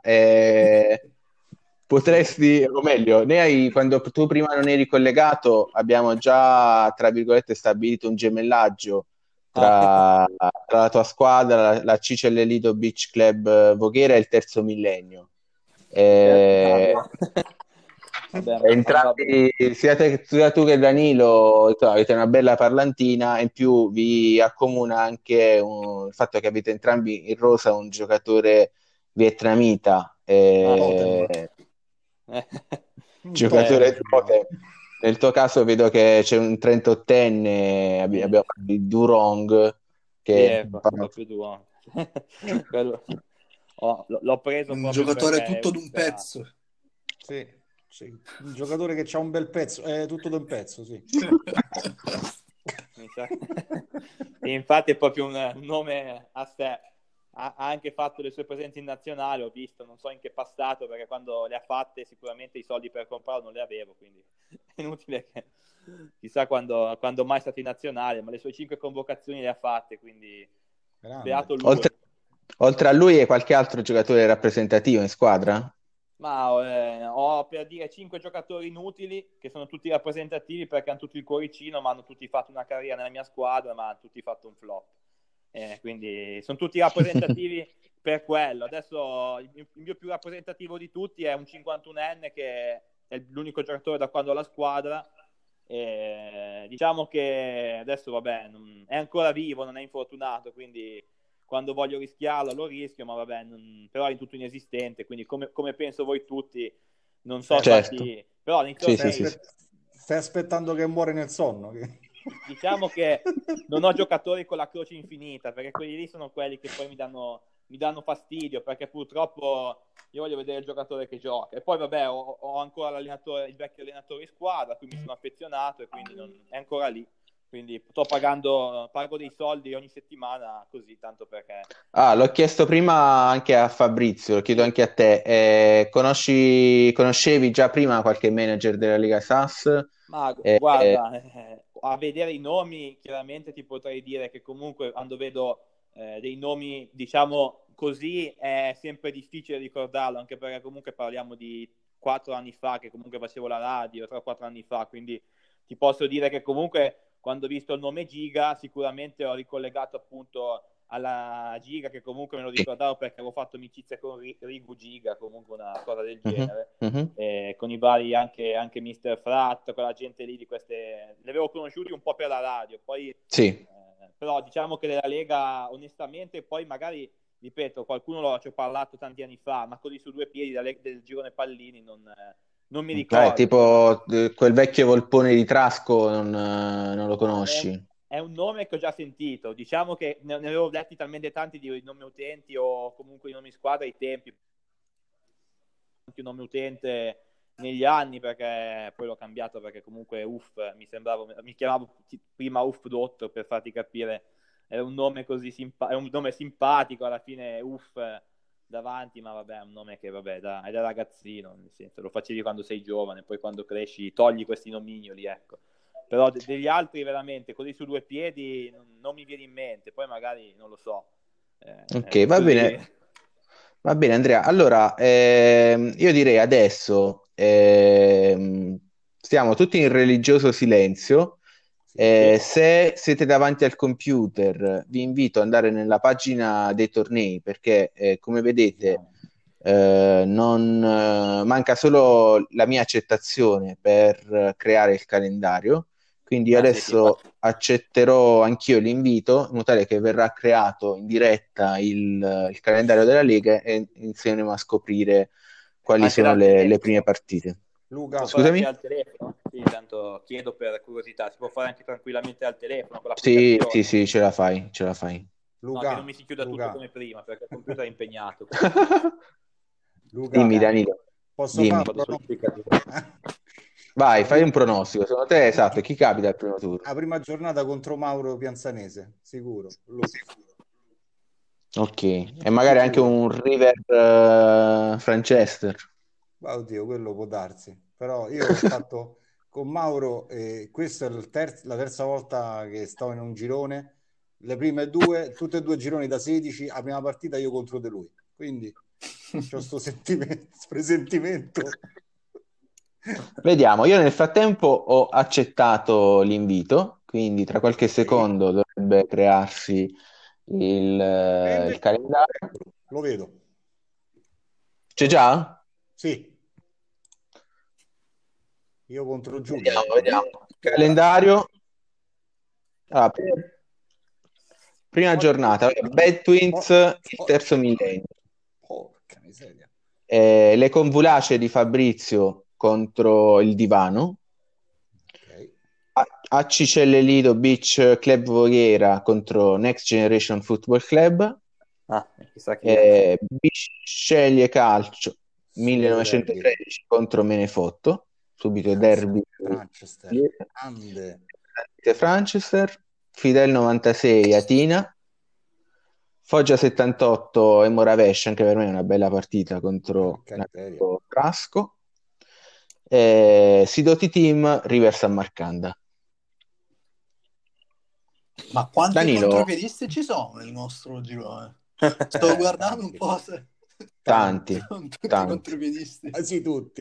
Potresti, o meglio, quando tu prima non eri collegato, abbiamo già, tra virgolette, stabilito un gemellaggio tra la tua squadra, la Cicel Lido Beach Club Voghera e il Terzo Millennio. Vabbè, Entrambi, sia tu che Danilo, avete una bella parlantina, in più vi accomuna anche il fatto che avete entrambi in rosa un giocatore vietnamita, giocatore totem. Nel tuo caso vedo che c'è un 38enne, abbiamo di Durong, che proprio Durong. L'ho preso un proprio giocatore perché tutto d'un pezzo. Sì, un giocatore che c'ha un bel pezzo, è tutto d'un pezzo, sì. Infatti è proprio un nome a sé. Ha anche fatto le sue presenze in nazionale, ho visto, non so in che passato, perché quando le ha fatte sicuramente i soldi per comprarlo non li avevo, quindi è inutile che chissà quando mai è stato in nazionale, ma le sue 5 convocazioni le ha fatte, quindi beato lui. Oltre a lui, hai qualche altro giocatore rappresentativo in squadra? Ma ho per dire 5 giocatori inutili che sono tutti rappresentativi perché hanno tutti il cuoricino, ma hanno tutti fatto una carriera nella mia squadra, ma hanno tutti fatto un flop. Quindi sono tutti rappresentativi per quello. Adesso il mio più rappresentativo di tutti è un 51enne che è l'unico giocatore da quando ho la squadra. Diciamo che adesso vabbè, è ancora vivo, non è infortunato, quindi quando voglio rischiarlo lo rischio, ma vabbè, però è tutto inesistente, quindi come penso voi tutti, non so certo. però stai aspettando che muore nel sonno. diciamo che non ho giocatori con la croce infinita, perché quelli lì sono quelli che poi mi danno fastidio, perché purtroppo io voglio vedere il giocatore che gioca. E poi vabbè, ho ancora l'allenatore, il vecchio allenatore di squadra, a cui mi sono affezionato e quindi è ancora lì. Quindi pago dei soldi ogni settimana così, tanto perché... L'ho chiesto prima anche a Fabrizio, lo chiedo anche a te. Conoscevi già prima qualche manager della Lega SAS? Ma Eh, guarda, a vedere i nomi, chiaramente ti potrei dire che comunque quando vedo dei nomi, diciamo così, è sempre difficile ricordarlo, anche perché comunque parliamo di 4 anni fa, che comunque facevo la radio, 3 o 4 anni fa, quindi ti posso dire che comunque quando ho visto il nome Giga, sicuramente ho ricollegato appunto alla Giga, che comunque me lo sì. ricordavo perché avevo fatto amicizia con Rigu Giga, comunque una cosa del Mhm, genere. mhm. Con i vari anche Mr. Frat, con la gente lì di queste, li avevo conosciuti un po' per la radio, poi Sì. però diciamo che della Lega onestamente poi magari, ripeto, ci ho parlato tanti anni fa, ma così su due piedi del girone Pallini non mi ricordo. Tipo quel vecchio Volpone di Trasco non lo No, conosci? è un nome che ho già sentito, diciamo che ne avevo letti talmente tanti di nomi utenti o comunque i nomi squadra ai tempi, anche un nome utente negli anni, perché poi l'ho cambiato perché comunque mi chiamavo prima Uff Dottor, per farti capire, è un nome così è un nome simpatico, alla fine Uff davanti, ma vabbè, è un nome che vabbè, è da ragazzino, nel senso, lo facevi quando sei giovane, poi quando cresci togli questi nomignoli, ecco. Però degli altri veramente così su due piedi non mi viene in mente, poi magari non lo so. Ok, va Così. bene. Va bene, Andrea. Allora, io direi adesso stiamo tutti in religioso silenzio. Sì. Se siete davanti al computer, vi invito ad andare nella pagina dei tornei perché, come vedete, manca solo la mia accettazione per creare il calendario. Quindi io Sì, adesso accetterò anch'io l'invito in modo tale che verrà creato in diretta il calendario della Lega e inizieremo a scoprire quali anche sono dal le telefono. prime partite. Si Luca, può fare anche Scusami? al telefono? Sì, tanto chiedo per curiosità, si può fare anche tranquillamente al telefono con Sì, l'applicazione? sì, sì, ce la fai, ce la fai. No, che non mi Luca, si chiuda tutto Luca, come prima, perché il computer è impegnato. Luca, Dimmi, Danilo, posso dimmi. fare un Vado pronostico? Vai, La fai prima, un pronostico. Secondo te, esatto, chi capita al primo turno? la prima giornata contro Mauro Pianzanese, sicuro. Ok, e magari anche Sicuro. un River Franchester. Ma oddio, quello può darsi. Però io ho fatto con Mauro, questa è la terza volta che sto in un girone. Le prime due, tutte e due gironi da 16, la prima partita io contro di lui. Quindi c'ho sto presentimento. Vediamo, io nel frattempo ho accettato l'invito, quindi tra qualche Ok. secondo dovrebbe crearsi il calendario. Eccolo, lo vedo. C'è già? Sì, io contro Giulio. Vediamo. Calendario. Allora, prima giornata, Bad Twins, il terzo millennio. Porca miseria. Le convulacee di Fabrizio contro il divano. Ok. AC Cellelido Beach Club Voghera contro Next Generation Football Club. Chissà chi è. Bisceglie Calcio Subito derby. 1913 contro Menefotto. Subito derby. Manchester. Ande. Franchester. Fidel 96 Atina. Foggia 78 e Moravesh, anche per me è una bella partita contro Catteria. Frasco. Sidoti Team River San Marcanda. Ma quanti Danilo. contropiedisti ci sono nel nostro girone? Sto guardando un po' se Tanti. sono tutti tanti. contropiedisti. Quasi tutti.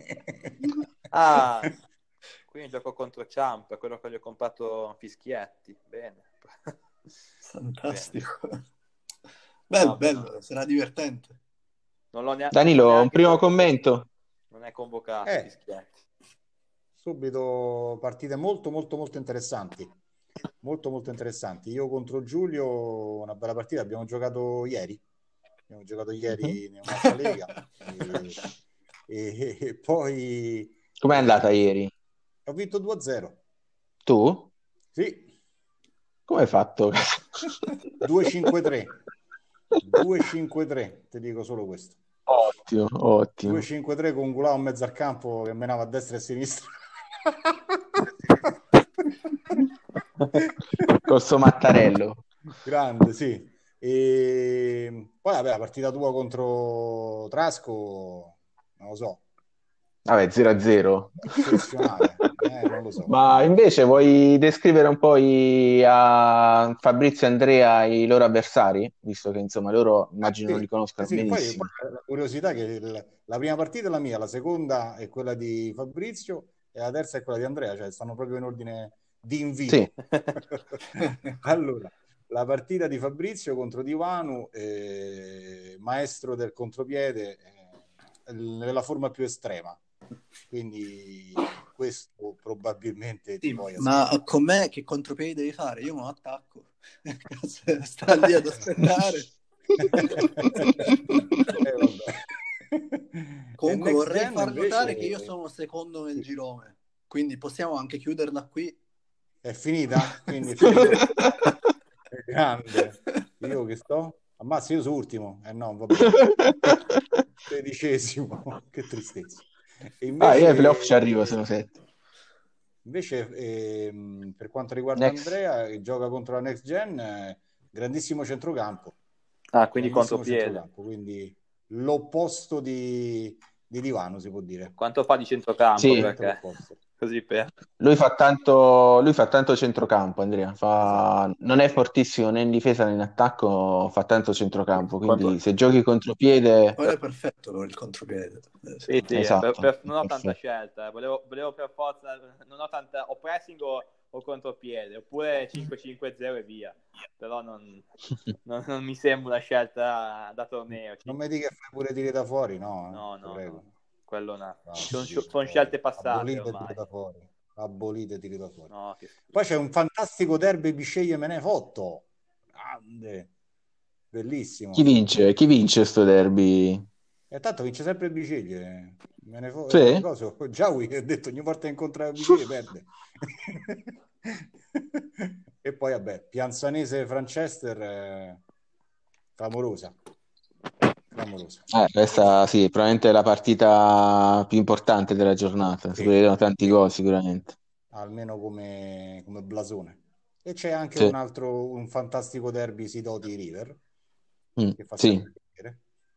Quindi gioco contro Ciampa, quello che gli ho comprato Fischietti. Bene. Fantastico. No, bello, sarà divertente. Danilo, un primo commento? Non è convocato Fischietti. Subito partite molto molto molto interessanti. Molto molto interessanti. Io contro Giulio una bella partita, abbiamo giocato ieri in un'altra lega e poi com'è andata ieri? ho vinto 2-0. Tu? Sì, Come hai fatto? 2-5-3. 2-5-3, ti dico solo questo. Ottimo, ottimo. 2-5-3 con Gulao in mezzo al campo che menava a destra e a sinistra. Col suo Mattarello. Grande, sì. E poi vabbè, la partita tua contro Trasco, non lo so, Vabbè, 0-0. eccezionale, non lo so. Ma invece vuoi descrivere un po' a Fabrizio e Andrea i loro avversari? Visto che insomma loro immagino non li Sì, conoscano sì, poi benissimo. la curiosità è che la prima partita è la mia, la seconda è quella di Fabrizio e la terza è quella di Andrea, cioè stanno proprio in ordine di Sì, invito. Allora, la partita di Fabrizio contro Divanu, maestro del contropiede nella forma più estrema. Quindi questo probabilmente ti Sì, puoi ma aspettare. con me che contropiedi devi fare? Io non attacco. Sta lì ad aspettare. Vabbè. E Comunque Next vorrei Gen far notare che io invece sono secondo nel sì, girone, quindi possiamo anche chiuderla qui. è finita? Quindi è finito? È grande. Io che sto? Ammazza, io sono ultimo. Eh no, va bene. 13°, che tristezza. E Ah, io ai playoff ci invece, arrivo, sono 7. per quanto riguarda Next. Andrea, che gioca contro la Next Gen, grandissimo centrocampo. Ah, quindi Grandissimo contropiede. centrocampo, quindi l'opposto di Divano, si può dire. Quanto fa di centrocampo? Sì, Esattamente Perché l'opposto. così per... lui fa tanto centrocampo, Andrea. Esatto. Non è fortissimo né in difesa né in attacco, fa tanto centrocampo. Quanto... Quindi se giochi contropiede, Quello è perfetto per il contropiede. Sì, sì, esatto, non ho tanta perfetto. scelta. Volevo per forza, non ho tanta, o pressing o contropiede, oppure 5-5-0 e via. Però non mi sembra una scelta da torneo. Non mi dica che fai pure tiri da fuori, no, No, ti no, prego. no, quello no. No, Sono tiri da scelte fuori. passate Abolite tiri ormai. da fuori. Abolite tiri da fuori. No, che schifo. Poi c'è un fantastico derby Bisceglie Menefotto. Grande. Chi Bellissimo. vince? Chi vince sto derby? E tanto vince sempre Bisceglie. Sì? Cosa? Giaui ha detto ogni volta che incontra Bisceglie perde. E poi vabbè, Pianzanese Franchester clamorosa. Clamorosa. Questa sì, è probabilmente la partita più importante della giornata. Si Sì, prevedono tanti sì, gol sicuramente. almeno come blasone. E c'è anche Sì. un fantastico derby Sidoti River che fa Sì. sempre piacere.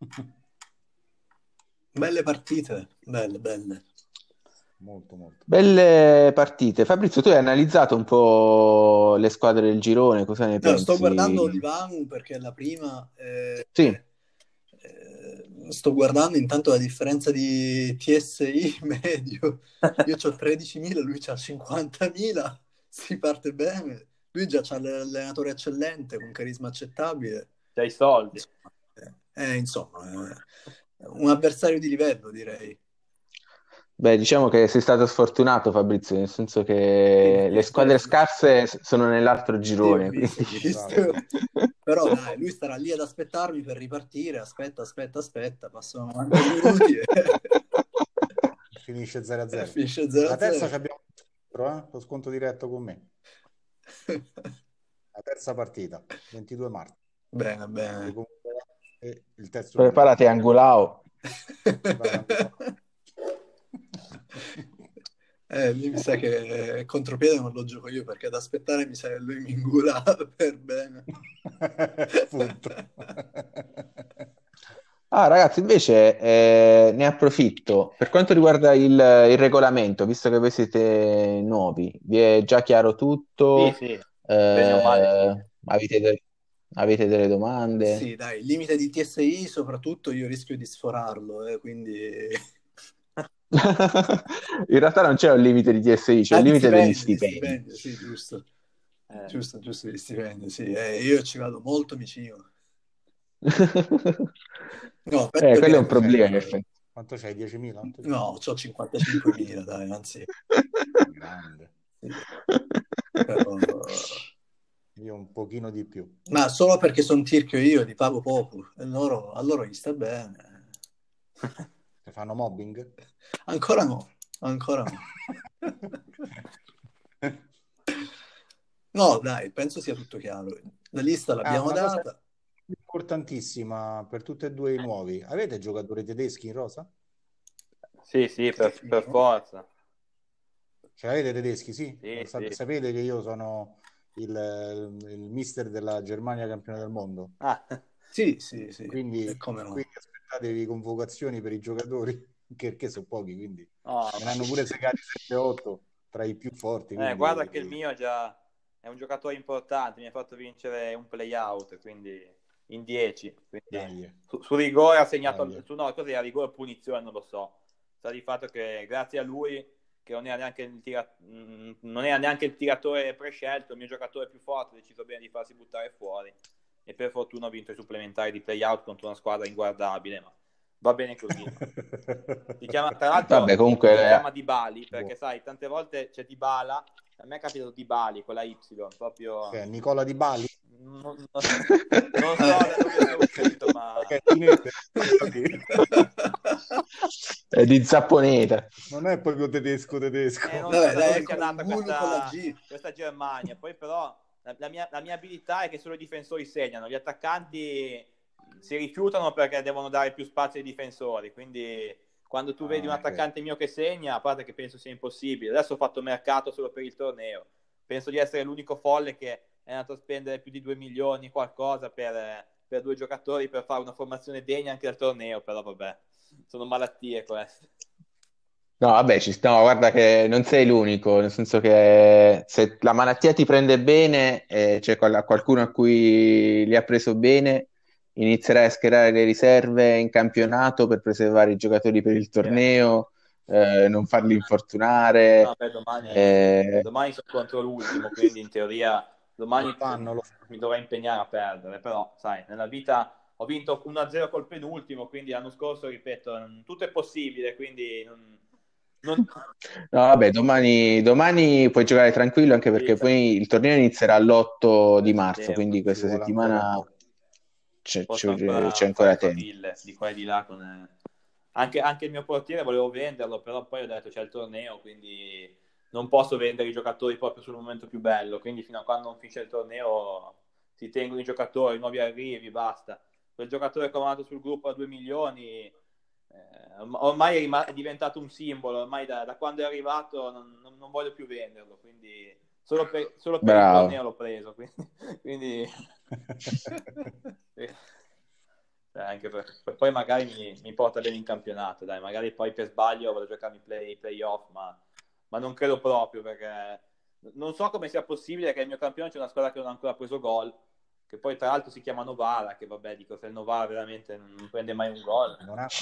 Belle partite, belle, belle. Molto, molto. Belle partite. Fabrizio, tu hai analizzato un po' le squadre del girone, cosa ne No, sto guardando pensi? Divanu perché è la prima. Sì. Sto guardando intanto la differenza di TSI medio. Io ho 13.000, lui ha 50.000. Si parte bene. Lui già ha l'allenatore eccellente, con carisma accettabile. C'hai i soldi. Insomma, un avversario di livello, direi. Beh, diciamo che sei stato sfortunato, Fabrizio, nel senso Sì, che sì, le squadre sì. scarse sono nell'altro Sì, ho girone, visto, quindi... ho visto. Esatto. Però dai, lui starà lì ad aspettarmi per ripartire. Aspetta, passano 90 minuti e Finisce 0-0. finisce La terza 0-0. ci abbiamo lo sconto diretto con me. La terza partita, 22 marzo. Bene, bene. E il terzo girone. Preparati, Angulao. Lì mi sa che contropiede non lo gioco io perché ad aspettare mi sa che lui mi ingula per bene. Punto. Ah, ragazzi, invece ne approfitto. Per quanto riguarda il regolamento, visto che voi siete nuovi, vi è già chiaro Sì, tutto? sì, bene o male, sì. Avete delle domande? Sì, dai, il limite di TSI soprattutto io rischio di sforarlo, quindi... In realtà non c'è un limite di TSI, c'è il di limite degli stipendio, stipendi. sì, giusto. Eh. Giusto, di stipendio, sì. Io ci vado molto vicino. No, penso Quello è un Quanto che... problema, c'hai? in effetti. Quanto c'hai? 10.000? No, ho 55.000, dai, anzi... Grande. Sì, però... Io un pochino di più. Ma solo perché sono tirchio io, di pago poco. E a loro gli sta bene. Ti fanno mobbing? Ancora no, ancora no. No, dai, penso sia tutto chiaro. La lista l'abbiamo Una cosa data. importantissima per tutti e due i nuovi. Avete giocatori tedeschi in rosa? Sì, per forza. Cioè avete tedeschi, sì? Sì, sì. Sapete che io sono il mister della Germania campione del mondo. Ah, Sì, sì, sì. Quindi, E come no? quindi aspettatevi convocazioni per i giocatori, perché sono pochi, quindi no, me ne hanno pure segati 7-8 tra i più forti. guarda Quindi che il mio è un giocatore importante, mi ha fatto vincere un play-out, quindi in 10. Quindi dai, su rigore ha segnato, dai. no, cos'era rigore o punizione, non lo so. Sta di fatto che grazie a lui, che non era neanche il tiratore prescelto, il mio giocatore più forte ha deciso bene di farsi buttare fuori e per fortuna ho vinto i supplementari di play-out contro una squadra inguardabile, ma va bene così. Tra l'altro Vabbè, si comunque, chiama Dybali, perché sai, tante volte c'è Dybala, a me è capitato Dybali con la Y, proprio Nicola Di Bali? non so da dove sia uscito, ma Che è cinese. è di Zapponeta. Non è proprio tedesco. non Vabbè, so da dai, dove è sia come nata Ngulu con la G. questa Germania. Poi però la mia abilità è che solo i difensori segnano, gli attaccanti si rifiutano perché devono dare più spazio ai difensori, quindi quando tu vedi un attaccante mio che segna, a parte che penso sia impossibile, adesso ho fatto mercato solo per il torneo, penso di essere l'unico folle che è andato a spendere più di 2 milioni qualcosa per 2 giocatori per fare una formazione degna anche al torneo, però vabbè, sono malattie queste. No, vabbè, no, guarda che non sei l'unico, nel senso che se la malattia ti prende bene, c'è qualcuno a cui li ha preso bene, inizierai a schierare le riserve in campionato per preservare i giocatori per il torneo, non farli infortunare. No, beh, domani sono contro l'ultimo, quindi in teoria domani mi dovrei impegnare a perdere, però sai, nella vita ho vinto 1-0 col penultimo, quindi l'anno scorso, ripeto, tutto è possibile, quindi No, vabbè, domani puoi giocare tranquillo anche perché poi il torneo inizierà l'8 di marzo, quindi questa settimana posso c'è ancora ancora fare tempo. faville di qua e di là anche il mio portiere volevo venderlo, però poi ho detto c'è il torneo, quindi non posso vendere i giocatori proprio sul momento più bello, quindi fino a quando non finisce il torneo si tengono i giocatori, i nuovi arrivi, basta. Quel giocatore che ho mandato sul gruppo a 2 milioni ormai è diventato un simbolo, ormai da quando è arrivato non voglio più venderlo, quindi solo per il torneo l'ho preso, quindi anche poi magari mi porta bene in campionato, dai, magari poi per sbaglio vado a giocarmi playoff, ma non credo proprio, perché non so come sia possibile che nel mio campionato c'è una squadra che non ha ancora preso gol, che poi tra l'altro si chiama Novara, che vabbè, dico, se il Novara veramente non prende mai un gol. Non ha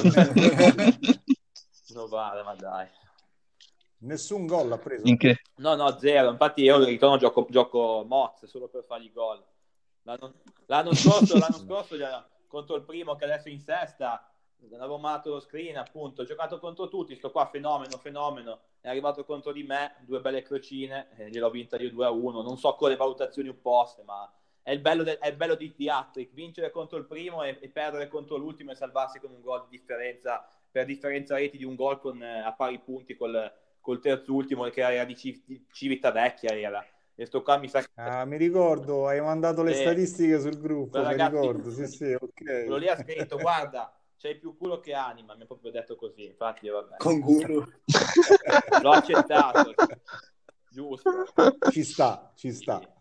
Novara, ma dai. Nessun gol ha preso? No, zero. Infatti io al ritorno gioco Moz solo per fargli gol. L'anno scorso contro il primo che adesso è in sesta, avevo mandato lo screen, appunto, ho giocato contro tutti, sto qua fenomeno, è arrivato contro di me, 2 belle crocine, gliel'ho vinta io 2-1, non so con le valutazioni opposte, ma è il bello di Hat-Trick, vincere contro il primo e perdere contro l'ultimo e salvarsi con un gol di differenza, per differenza reti di un gol a pari punti col terzultimo che era di Civitavecchia era. E sto qua mi sa che... mi ricordo, hai mandato le statistiche sul gruppo, mi ricordo, sì, ok. Quello lì ha scritto, guarda, c'hai più culo che anima, mi ha proprio detto così, infatti vabbè. Con Guru. L'ho accettato, giusto. Ci sta. Sì.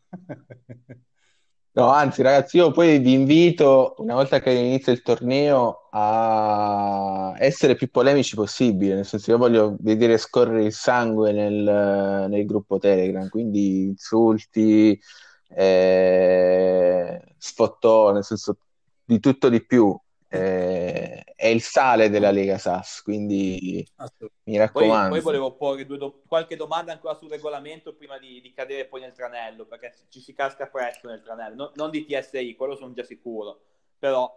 No, anzi, ragazzi, io poi vi invito, una volta che inizia il torneo, a essere più polemici possibile, nel senso io voglio vedere scorrere il sangue nel gruppo Telegram, quindi insulti, sfottò, nel senso di tutto di più. È il sale della Lega Sass, quindi mi raccomando. Poi volevo porre qualche domanda ancora sul regolamento prima di cadere poi nel tranello, perché ci si casca presto nel tranello, non di TSI, quello sono già sicuro, però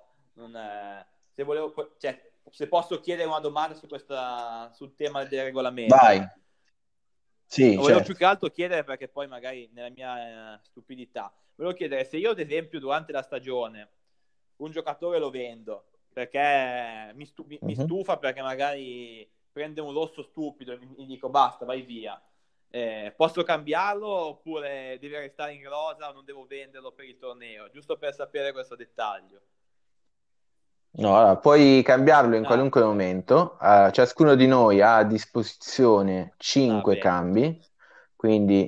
se posso chiedere una domanda sul tema del regolamento. Vai. Sì, volevo più che altro chiedere, perché poi magari nella mia stupidità, volevo chiedere se io ad esempio durante la stagione un giocatore lo vendo perché mi stufa, perché magari prende un rosso stupido e mi dico basta, vai via, posso cambiarlo oppure deve restare in rosa o non devo venderlo per il torneo? Giusto per sapere questo dettaglio. No, allora, puoi cambiarlo in Ah, qualunque ok. momento. Ciascuno di noi ha a disposizione 5 bene. cambi, quindi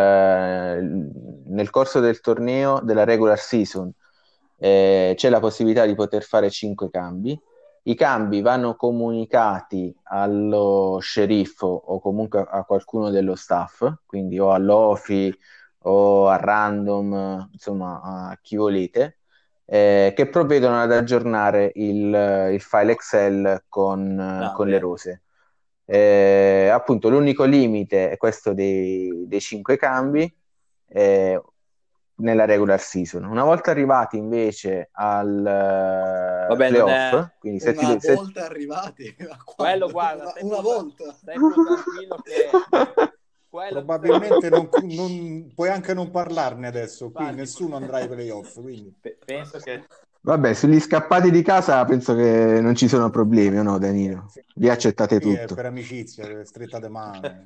nel corso del torneo della regular season c'è la possibilità di poter fare 5 cambi. I cambi vanno comunicati allo sceriffo o comunque a qualcuno dello staff, quindi o all'OFI o a random, insomma a chi volete, che provvedono ad aggiornare il file Excel con le Bene. rose. Appunto, l'unico limite è questo dei 5 cambi nella regular season. Una volta arrivati invece al Vabbè, non playoff, è... quindi Una volta arrivati, a Quello, quando? guarda, Una volta. stai pur tranquillo che... Probabilmente non puoi anche non parlarne adesso, qui Infatti, nessuno andrà ai playoff, quindi penso che... Vabbè, sugli scappati di casa penso che non ci sono problemi, o no, Danilo? Lì accettate qui è tutto. per amicizia, stretta di mano,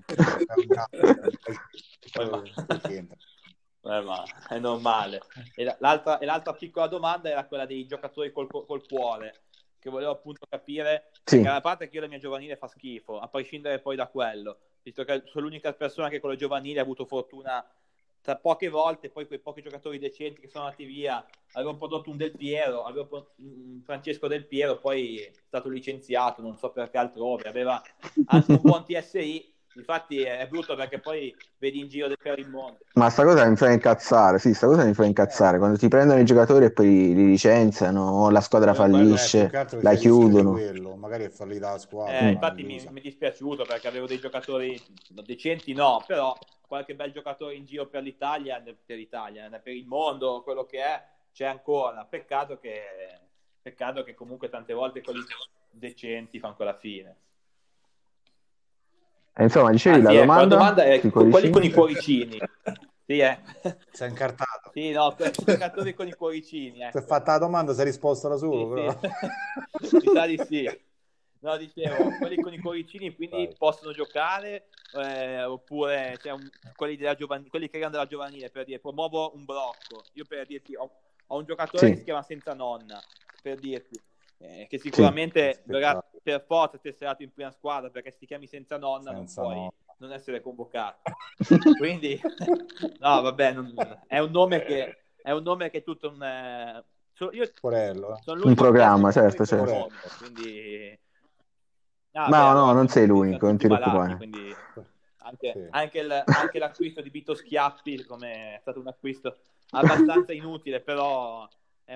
che c'entra? Ma è normale. E l'altra piccola domanda era quella dei giocatori col cuore, che volevo appunto capire, Sì. perché a parte che io la mia giovanile fa schifo, a prescindere poi da quello, visto che sono l'unica persona che con le giovanili ha avuto fortuna tra poche volte, poi quei pochi giocatori decenti che sono andati via, avevo prodotto un Del Piero, un Francesco Del Piero, poi è stato licenziato, non so perché altrove, aveva anche un buon TSI. Infatti è brutto perché poi vedi in giro per il mondo. Ma sta cosa mi fa incazzare, sì, sta cosa mi fa incazzare. Quando ti prendono i giocatori e poi li licenziano, o la squadra più fallisce, che altro la c'è il rischio di chiudono. quello, magari è fallita la squadra, Infatti mi è dispiaciuto perché avevo dei giocatori decenti, no, però qualche bel giocatore in giro per l'Italia, per il mondo, quello che è, c'è ancora. Peccato che comunque tante volte quelli decenti fanno quella fine. Insomma, dicevi La domanda domanda è sui quelli cuoricini? con i cuoricini. Sì, si è incartato. Sì, no, questi giocatori con i cuoricini. Si è fatta la domanda, si è risposto da solo, però. Sì. Mi sa di sì. No, dicevo, quelli con i cuoricini quindi possono giocare oppure quelli che erano della giovanile, per dire, promuovo un blocco. Io per dirti, ho un giocatore che si chiama Senza Nonna, per dirti, che sicuramente verrà per forza tesserato in prima squadra, perché se ti chiami Senza Nonna non puoi non essere convocato. Quindi, no, vabbè, è un nome che è tutto un... io sono un programma, certo. Nomi, quindi... No, non sei l'unico, non ti preoccupare. Quindi anche l'acquisto di Vito Schiappi come è stato un acquisto abbastanza inutile, però è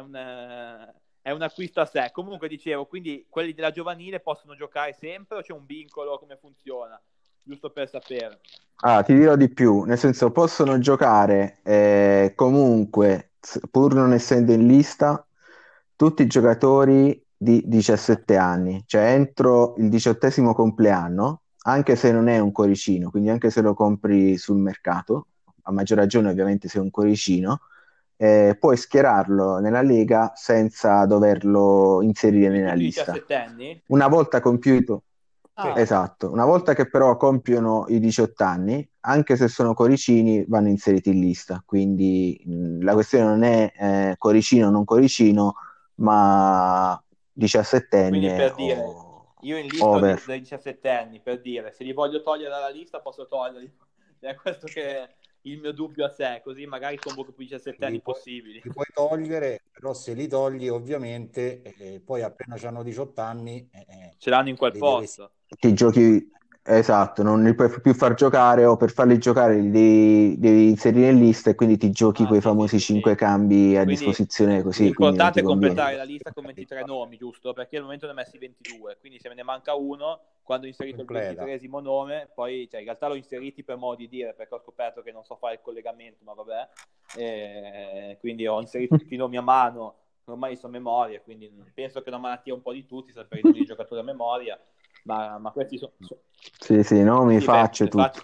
un acquisto a sé. Comunque dicevo, quindi quelli della giovanile possono giocare sempre o c'è un vincolo? Come funziona? Giusto per sapere. Ti dirò di più, nel senso possono giocare comunque, pur non essendo in lista, tutti i giocatori di 17 anni, cioè entro il 18° compleanno, anche se non è un cuoricino, quindi anche se lo compri sul mercato, a maggior ragione ovviamente se è un cuoricino, puoi schierarlo nella Lega senza doverlo inserire nella lista. 17 anni? Una volta compiuto... Esatto, una volta che però compiono i 18 anni, anche se sono cuoricini, vanno inseriti in lista. Quindi la questione non è cuoricino o non cuoricino, ma 17enne. Quindi per dire, io in lista over. dei 17 anni, per dire, se li voglio togliere dalla lista posso toglierli. È questo che è il mio dubbio a sé, così magari convoco più 17 anni possibili. Li puoi togliere, però se li togli ovviamente, poi appena hanno 18 anni... ce l'hanno in quel posto. Ti giochi... Esatto, non li puoi più far giocare o per farli giocare li devi inserire in lista e quindi ti giochi quei famosi 5 cambi a disposizione così. L'importante è completare la lista con 23 nomi, giusto? Perché al momento ne ho messi 22, quindi se me ne manca uno, quando ho inserito il 23esimo nome, poi in realtà l'ho inseriti per modo di dire, perché ho scoperto che non so fare il collegamento, ma vabbè. Quindi ho inserito tutti i nomi a mano, ormai sono memoria, quindi penso che è una malattia un po' di tutti, sapere i nomi dei giocatori a memoria. Ma questi sono... Sì, nomi, facce, tutto.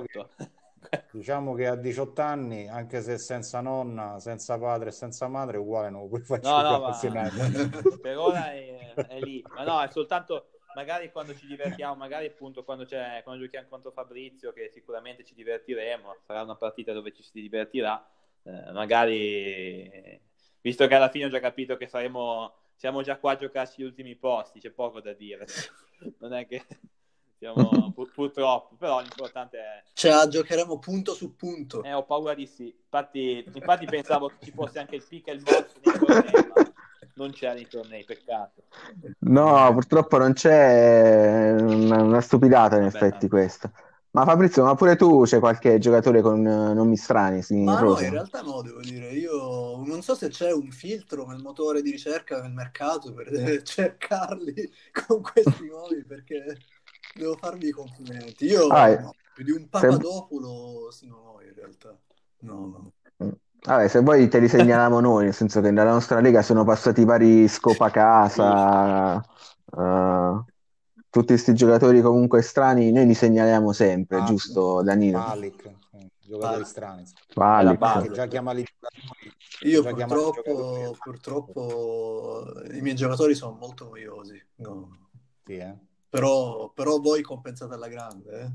Diciamo che a 18 anni, anche se senza nonna, senza padre e senza madre, uguale non lo puoi fare no, per ora è lì. Ma no, è soltanto magari quando ci divertiamo, magari appunto quando giochiamo contro Fabrizio, che sicuramente ci divertiremo, sarà una partita dove ci si divertirà, magari, visto che alla fine ho già capito che siamo già qua a giocarci gli ultimi posti, c'è poco da dire, non è che siamo purtroppo, però l'importante è... Cioè, giocheremo punto su punto. Ho paura di sì, infatti pensavo che ci fosse anche il pick e il morso nei tornei, ma non c'è nei tornei, peccato. No, purtroppo non c'è, una stupidata in effetti questa. Ma Fabrizio, ma pure tu c'è qualche giocatore con nomi strani in Ma no, rosa? in realtà no, devo dire, io non so se c'è un filtro nel motore di ricerca nel mercato per cercarli con questi nomi, perché devo farvi i complimenti. Io no, più di un Papadopoulos no, in realtà. No. Vabbè, se vuoi te li segnaliamo noi, nel senso che nella nostra lega sono passati vari Scopacasa, tutti questi giocatori comunque strani, noi li segnaliamo sempre, giusto Danilo? Palic, giocatori strani. Palic. Che già chiama i giocatori. Io purtroppo i miei giocatori sono molto noiosi. No. Sì, Però voi compensate alla grande, eh?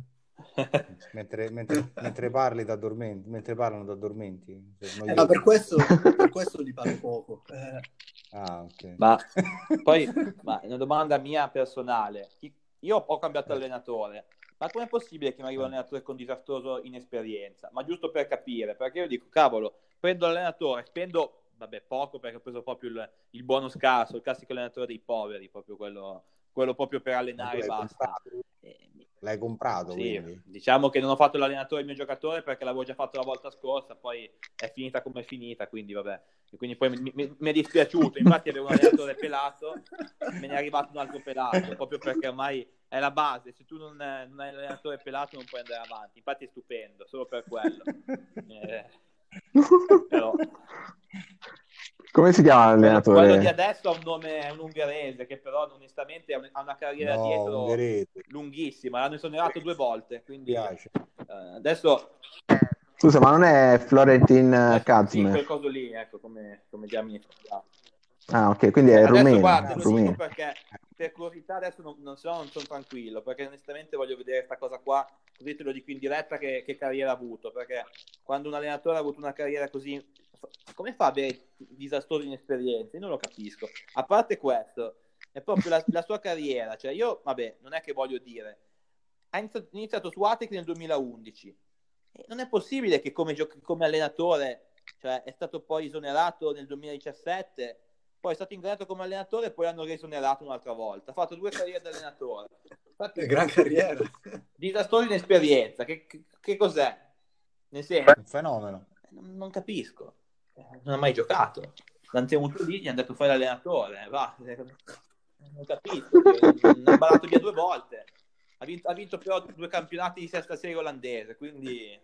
mentre parli mentre parlano ti addormenti. Ma per questo li parlo poco. Ok. Ma poi una domanda mia personale, io ho cambiato allenatore, ma com'è possibile che mi arriva un allenatore con disastroso inesperienza? Ma giusto per capire, perché io dico, cavolo, prendo l'allenatore, spendo poco, perché ho preso proprio il buono scarso, il classico allenatore dei poveri, proprio quello proprio per allenare e basta. L'hai comprato, sì, quindi? Diciamo che non ho fatto l'allenatore il mio giocatore perché l'avevo già fatto la volta scorsa, poi è finita come è finita, quindi vabbè. E quindi poi mi è dispiaciuto, infatti avevo un allenatore pelato, me ne è arrivato un altro pelato, proprio perché ormai è la base, se tu non hai l'allenatore pelato non puoi andare avanti, infatti è stupendo, solo per quello. Però... Come si chiama l'allenatore? Quello di adesso ha un nome, è un ungherese, che però onestamente ha una carriera dietro ungherese. Lunghissima, l'hanno esonerato 2 volte, quindi adesso... Scusa, ma non è Florentin Kazme? Sì, quel coso lì, ecco, come già mi Ah, ok, quindi è adesso rumeno. Guarda, te lo dico perché per curiosità adesso non sono tranquillo, perché onestamente voglio vedere questa cosa qua, così te lo dico in diretta che carriera ha avuto, perché quando un allenatore ha avuto una carriera così, come fa a avere disastrosi inesperienze? Io non lo capisco. A parte questo, è proprio la sua carriera, cioè io, vabbè, non è che voglio dire, ha iniziato su Atec nel 2011, e non è possibile che come allenatore, cioè è stato poi esonerato nel 2017, poi è stato ingagliato come allenatore e poi hanno reesonerato un'altra volta. Ha fatto 2 carriere da allenatore. Infatti, gran carriera. Disastroso in esperienza. Che cos'è? Nel senso, un fenomeno. Non capisco. Non ha mai giocato. L'hanno tenuto lì, gli hanno detto fai l'allenatore. Va. Non capisco. Non ha barato via 2 volte. Ha vinto però 2 campionati di sesta serie olandese, quindi...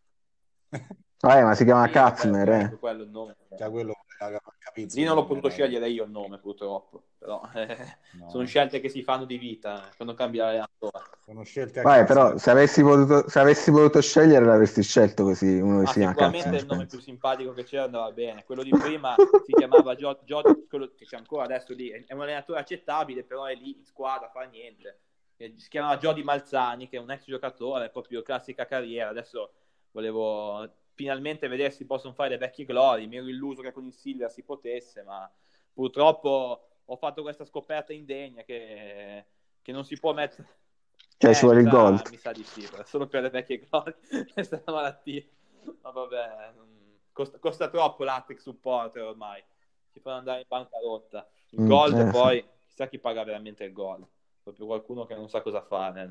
ma si chiama Kazmer, quello il nome. Quello Lì non l'ho potuto scegliere io il nome, purtroppo. Però sono scelte che si fanno di vita quando cambia l'allenatore. Sono scelte però se avessi voluto scegliere l'avresti scelto così uno che si chiama Kazmer. Sicuramente il nome più simpatico che c'era andava bene. Quello di prima si chiamava quello che c'è ancora adesso lì. È un allenatore accettabile, però è lì in squadra, fa niente. Si chiamava Jody Malzani, che è un ex giocatore, proprio classica carriera. Adesso volevo finalmente vedere se si possono fare le vecchie glorie. Mi ero illuso che con il Silver si potesse, ma purtroppo ho fatto questa scoperta indegna che non si può mettere. Cioè ci vuole il gold. Mi sa di sì, solo per le vecchie glorie. Questa è una malattia. Ma vabbè, costa troppo l'Attic Supporter ormai. Si fanno andare in bancarotta. Il gold poi, chissà chi paga veramente il gold. Proprio qualcuno che non sa cosa fare.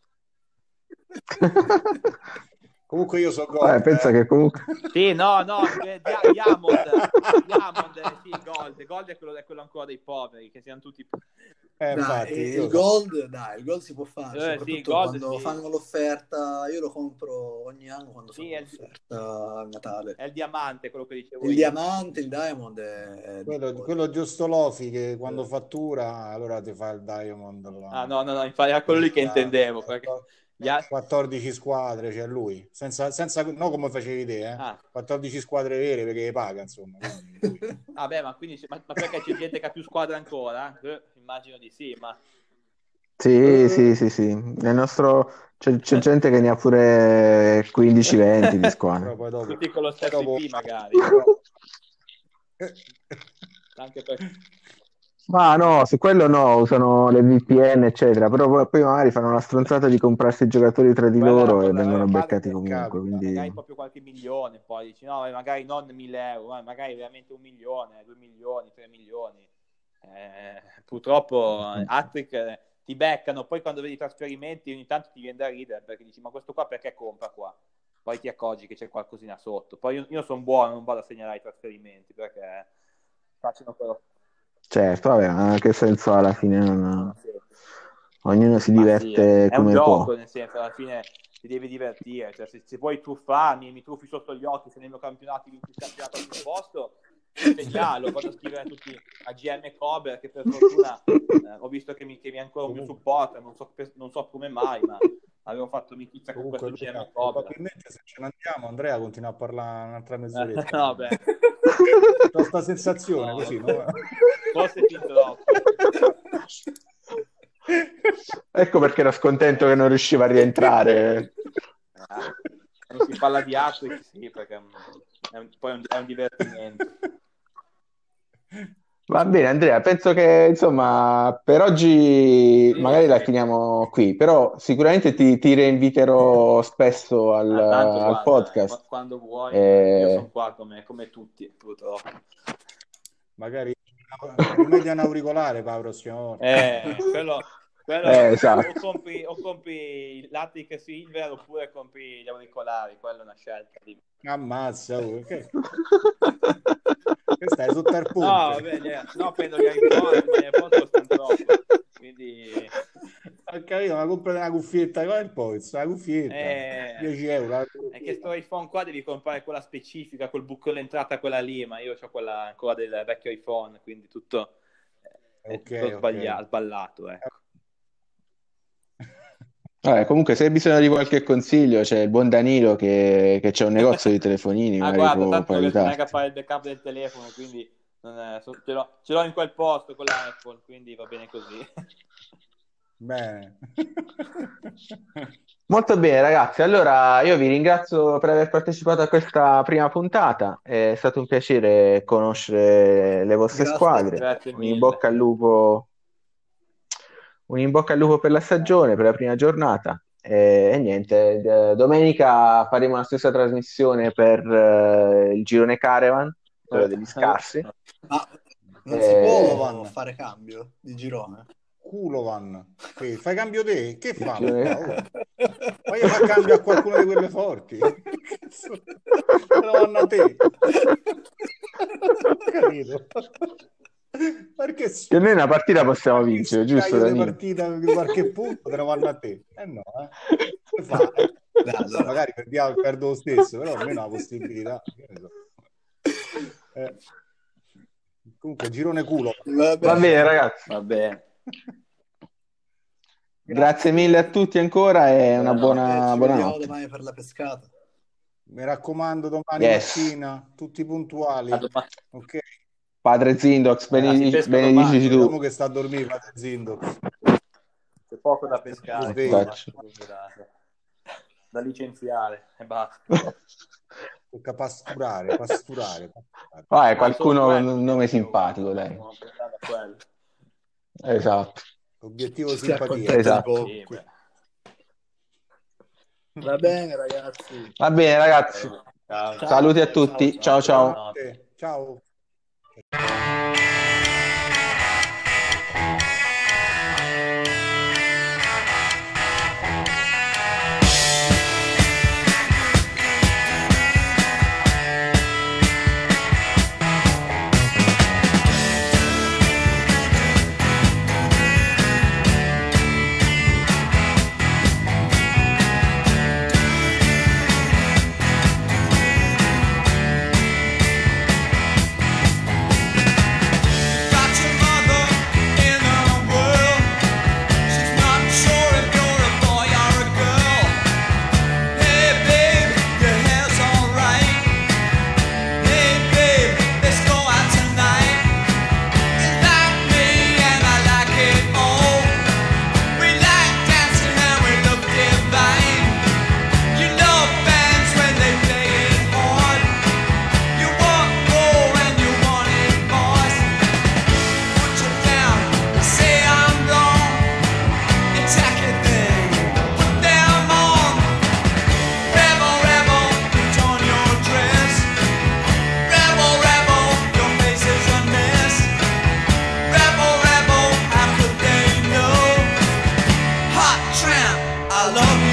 Comunque io so Gold. Pensa che comunque... Sì, no, Diamond, sì, Gold è quello ancora dei poveri, che siano tutti... infatti, il gold si può fare, soprattutto quando fanno l'offerta. Io lo compro ogni anno quando fanno l'offerta a Natale. È il diamante, quello che dicevo io. Diamante, il diamond è quello giusto Lofi che quando fattura allora ti fa il diamond. No, infatti era quello lì che intendevo, perché 14 squadre c'è lui, senza no, come facevi te, 14 squadre vere perché le paga, insomma. Ma quindi ma perché c'è gente che ha più squadre ancora? Immagino di sì, ma Sì. C'è gente che ne ha pure 15-20 di Però squadra. poi dopo, Tutti con lo poi stesso dopo- IP magari. Anche per... Ma no, su quello no, usano le VPN, eccetera, però poi magari fanno la stronzata di comprarsi i giocatori tra di Quella è una loro e cosa, vengono a parte beccati comunque, capita. quindi... magari proprio qualche milione, poi dici no, magari non 1.000 euro, ma magari veramente 1 milione, 2 milioni, 3 milioni. Purtroppo Hattrick ti beccano, poi quando vedi i trasferimenti ogni tanto ti viene da ridere perché dici ma questo qua perché compra qua? Poi ti accorgi che c'è qualcosina sotto. Poi io sono buono, non vado a segnalare i trasferimenti perché facciano quello. Certo, vabbè, ma che senso ha alla fine? Non sì. Ognuno si Ma sì, diverte è un come gioco, può. nel senso, alla fine ti devi divertire, cioè se vuoi truffarmi, mi truffi sotto gli occhi, se nel mio campionato vinci il campionato al primo posto, segnalo, vado a scrivere a tutti a GM Cober, che per fortuna ho visto che mi è ancora un mio supporter, non so come mai, ma avevo fatto amicizia con questo Comunque, GM Cober. probabilmente se ce ne andiamo, Andrea continua a parlare un'altra mezz'oretta. No, beh. Ho questa sensazione No, così, no? Forse fin troppo. Ecco perché ero scontento che non riusciva a rientrare. Non si parla di Hattrick, sì, perché poi è un divertimento. Va bene, Andrea, penso che insomma per oggi Sì, magari la sì. finiamo qui, però sicuramente ti reinviterò spesso Tanto al guarda, podcast. quando vuoi, io sono qua come tutti, purtroppo. Magari rimedia un auricolare per la prossima volta. Quello Esatto. o compri l'Attic Silver oppure compri gli auricolari, quella è una scelta. Ammazza, che stai sotto al No, ponte. vabbè, no, prendo gli iPhone, ma gli iPhone costano troppo, quindi... Ho capito, ma comprate una cuffietta, qua il pozzo, la cuffietta, 10 euro. È che sto iPhone qua devi comprare quella specifica, col buco d'entrata, quella lì, ma io ho quella ancora del vecchio iPhone, quindi tutto, tutto sballato, ecco. Vabbè, comunque se hai bisogno di qualche consiglio c'è il buon Danilo che c'è un negozio di telefonini, magari guarda, può tanto non riesco neanche a aiutarti. fare il backup del telefono, quindi ce l'ho in quel posto con l'Apple, quindi va bene così. Bene. Molto bene, ragazzi. Allora io vi ringrazio per aver partecipato a questa prima puntata. È stato un piacere conoscere le vostre Grazie. squadre. Grazie Un mille. in bocca al lupo. Un in bocca al lupo per la stagione, per la prima giornata. E niente, domenica faremo la stessa trasmissione per il girone Caravan, quello degli scarsi. Ma non si può Culovan. fare cambio di girone? Culovan. Fai cambio te? Che fa? Girone- Ma io fa cambio a qualcuno di quelle forti. Però vanno a te. Capito? Perché Che noi una partita possiamo vincere, giusto, di Danilo? partita di qualche punto te ne vanno a te. No, Che fa? Allora. Magari perdo lo stesso, però almeno la possibilità. Che ne so. Comunque, girone culo. Va bene, ragazzi. Va bene. Grazie mille a tutti ancora e una buona Ci vediamo buonanotte. domani per la pescata. Mi raccomando, domani Yes. mattina, tutti puntuali. Ok. Padre Zindox, si pesca benedici domani, tu. Vediamo che sta a dormire, Padre Zindox. C'è poco da pescare, Sveglia. da licenziare e basta. Tocca pasturare. Vai, qualcuno Solo con quello, un nome obiettivo, simpatico, dai. stiamo puntando a quello. Esatto. Obiettivo Si simpatia. accontenta di Esatto. poco. Sì, beh. Va bene, ragazzi. Va bene, ragazzi. Ciao. Saluti a tutti. Ciao, ciao. Buonanotte. Ciao. occhi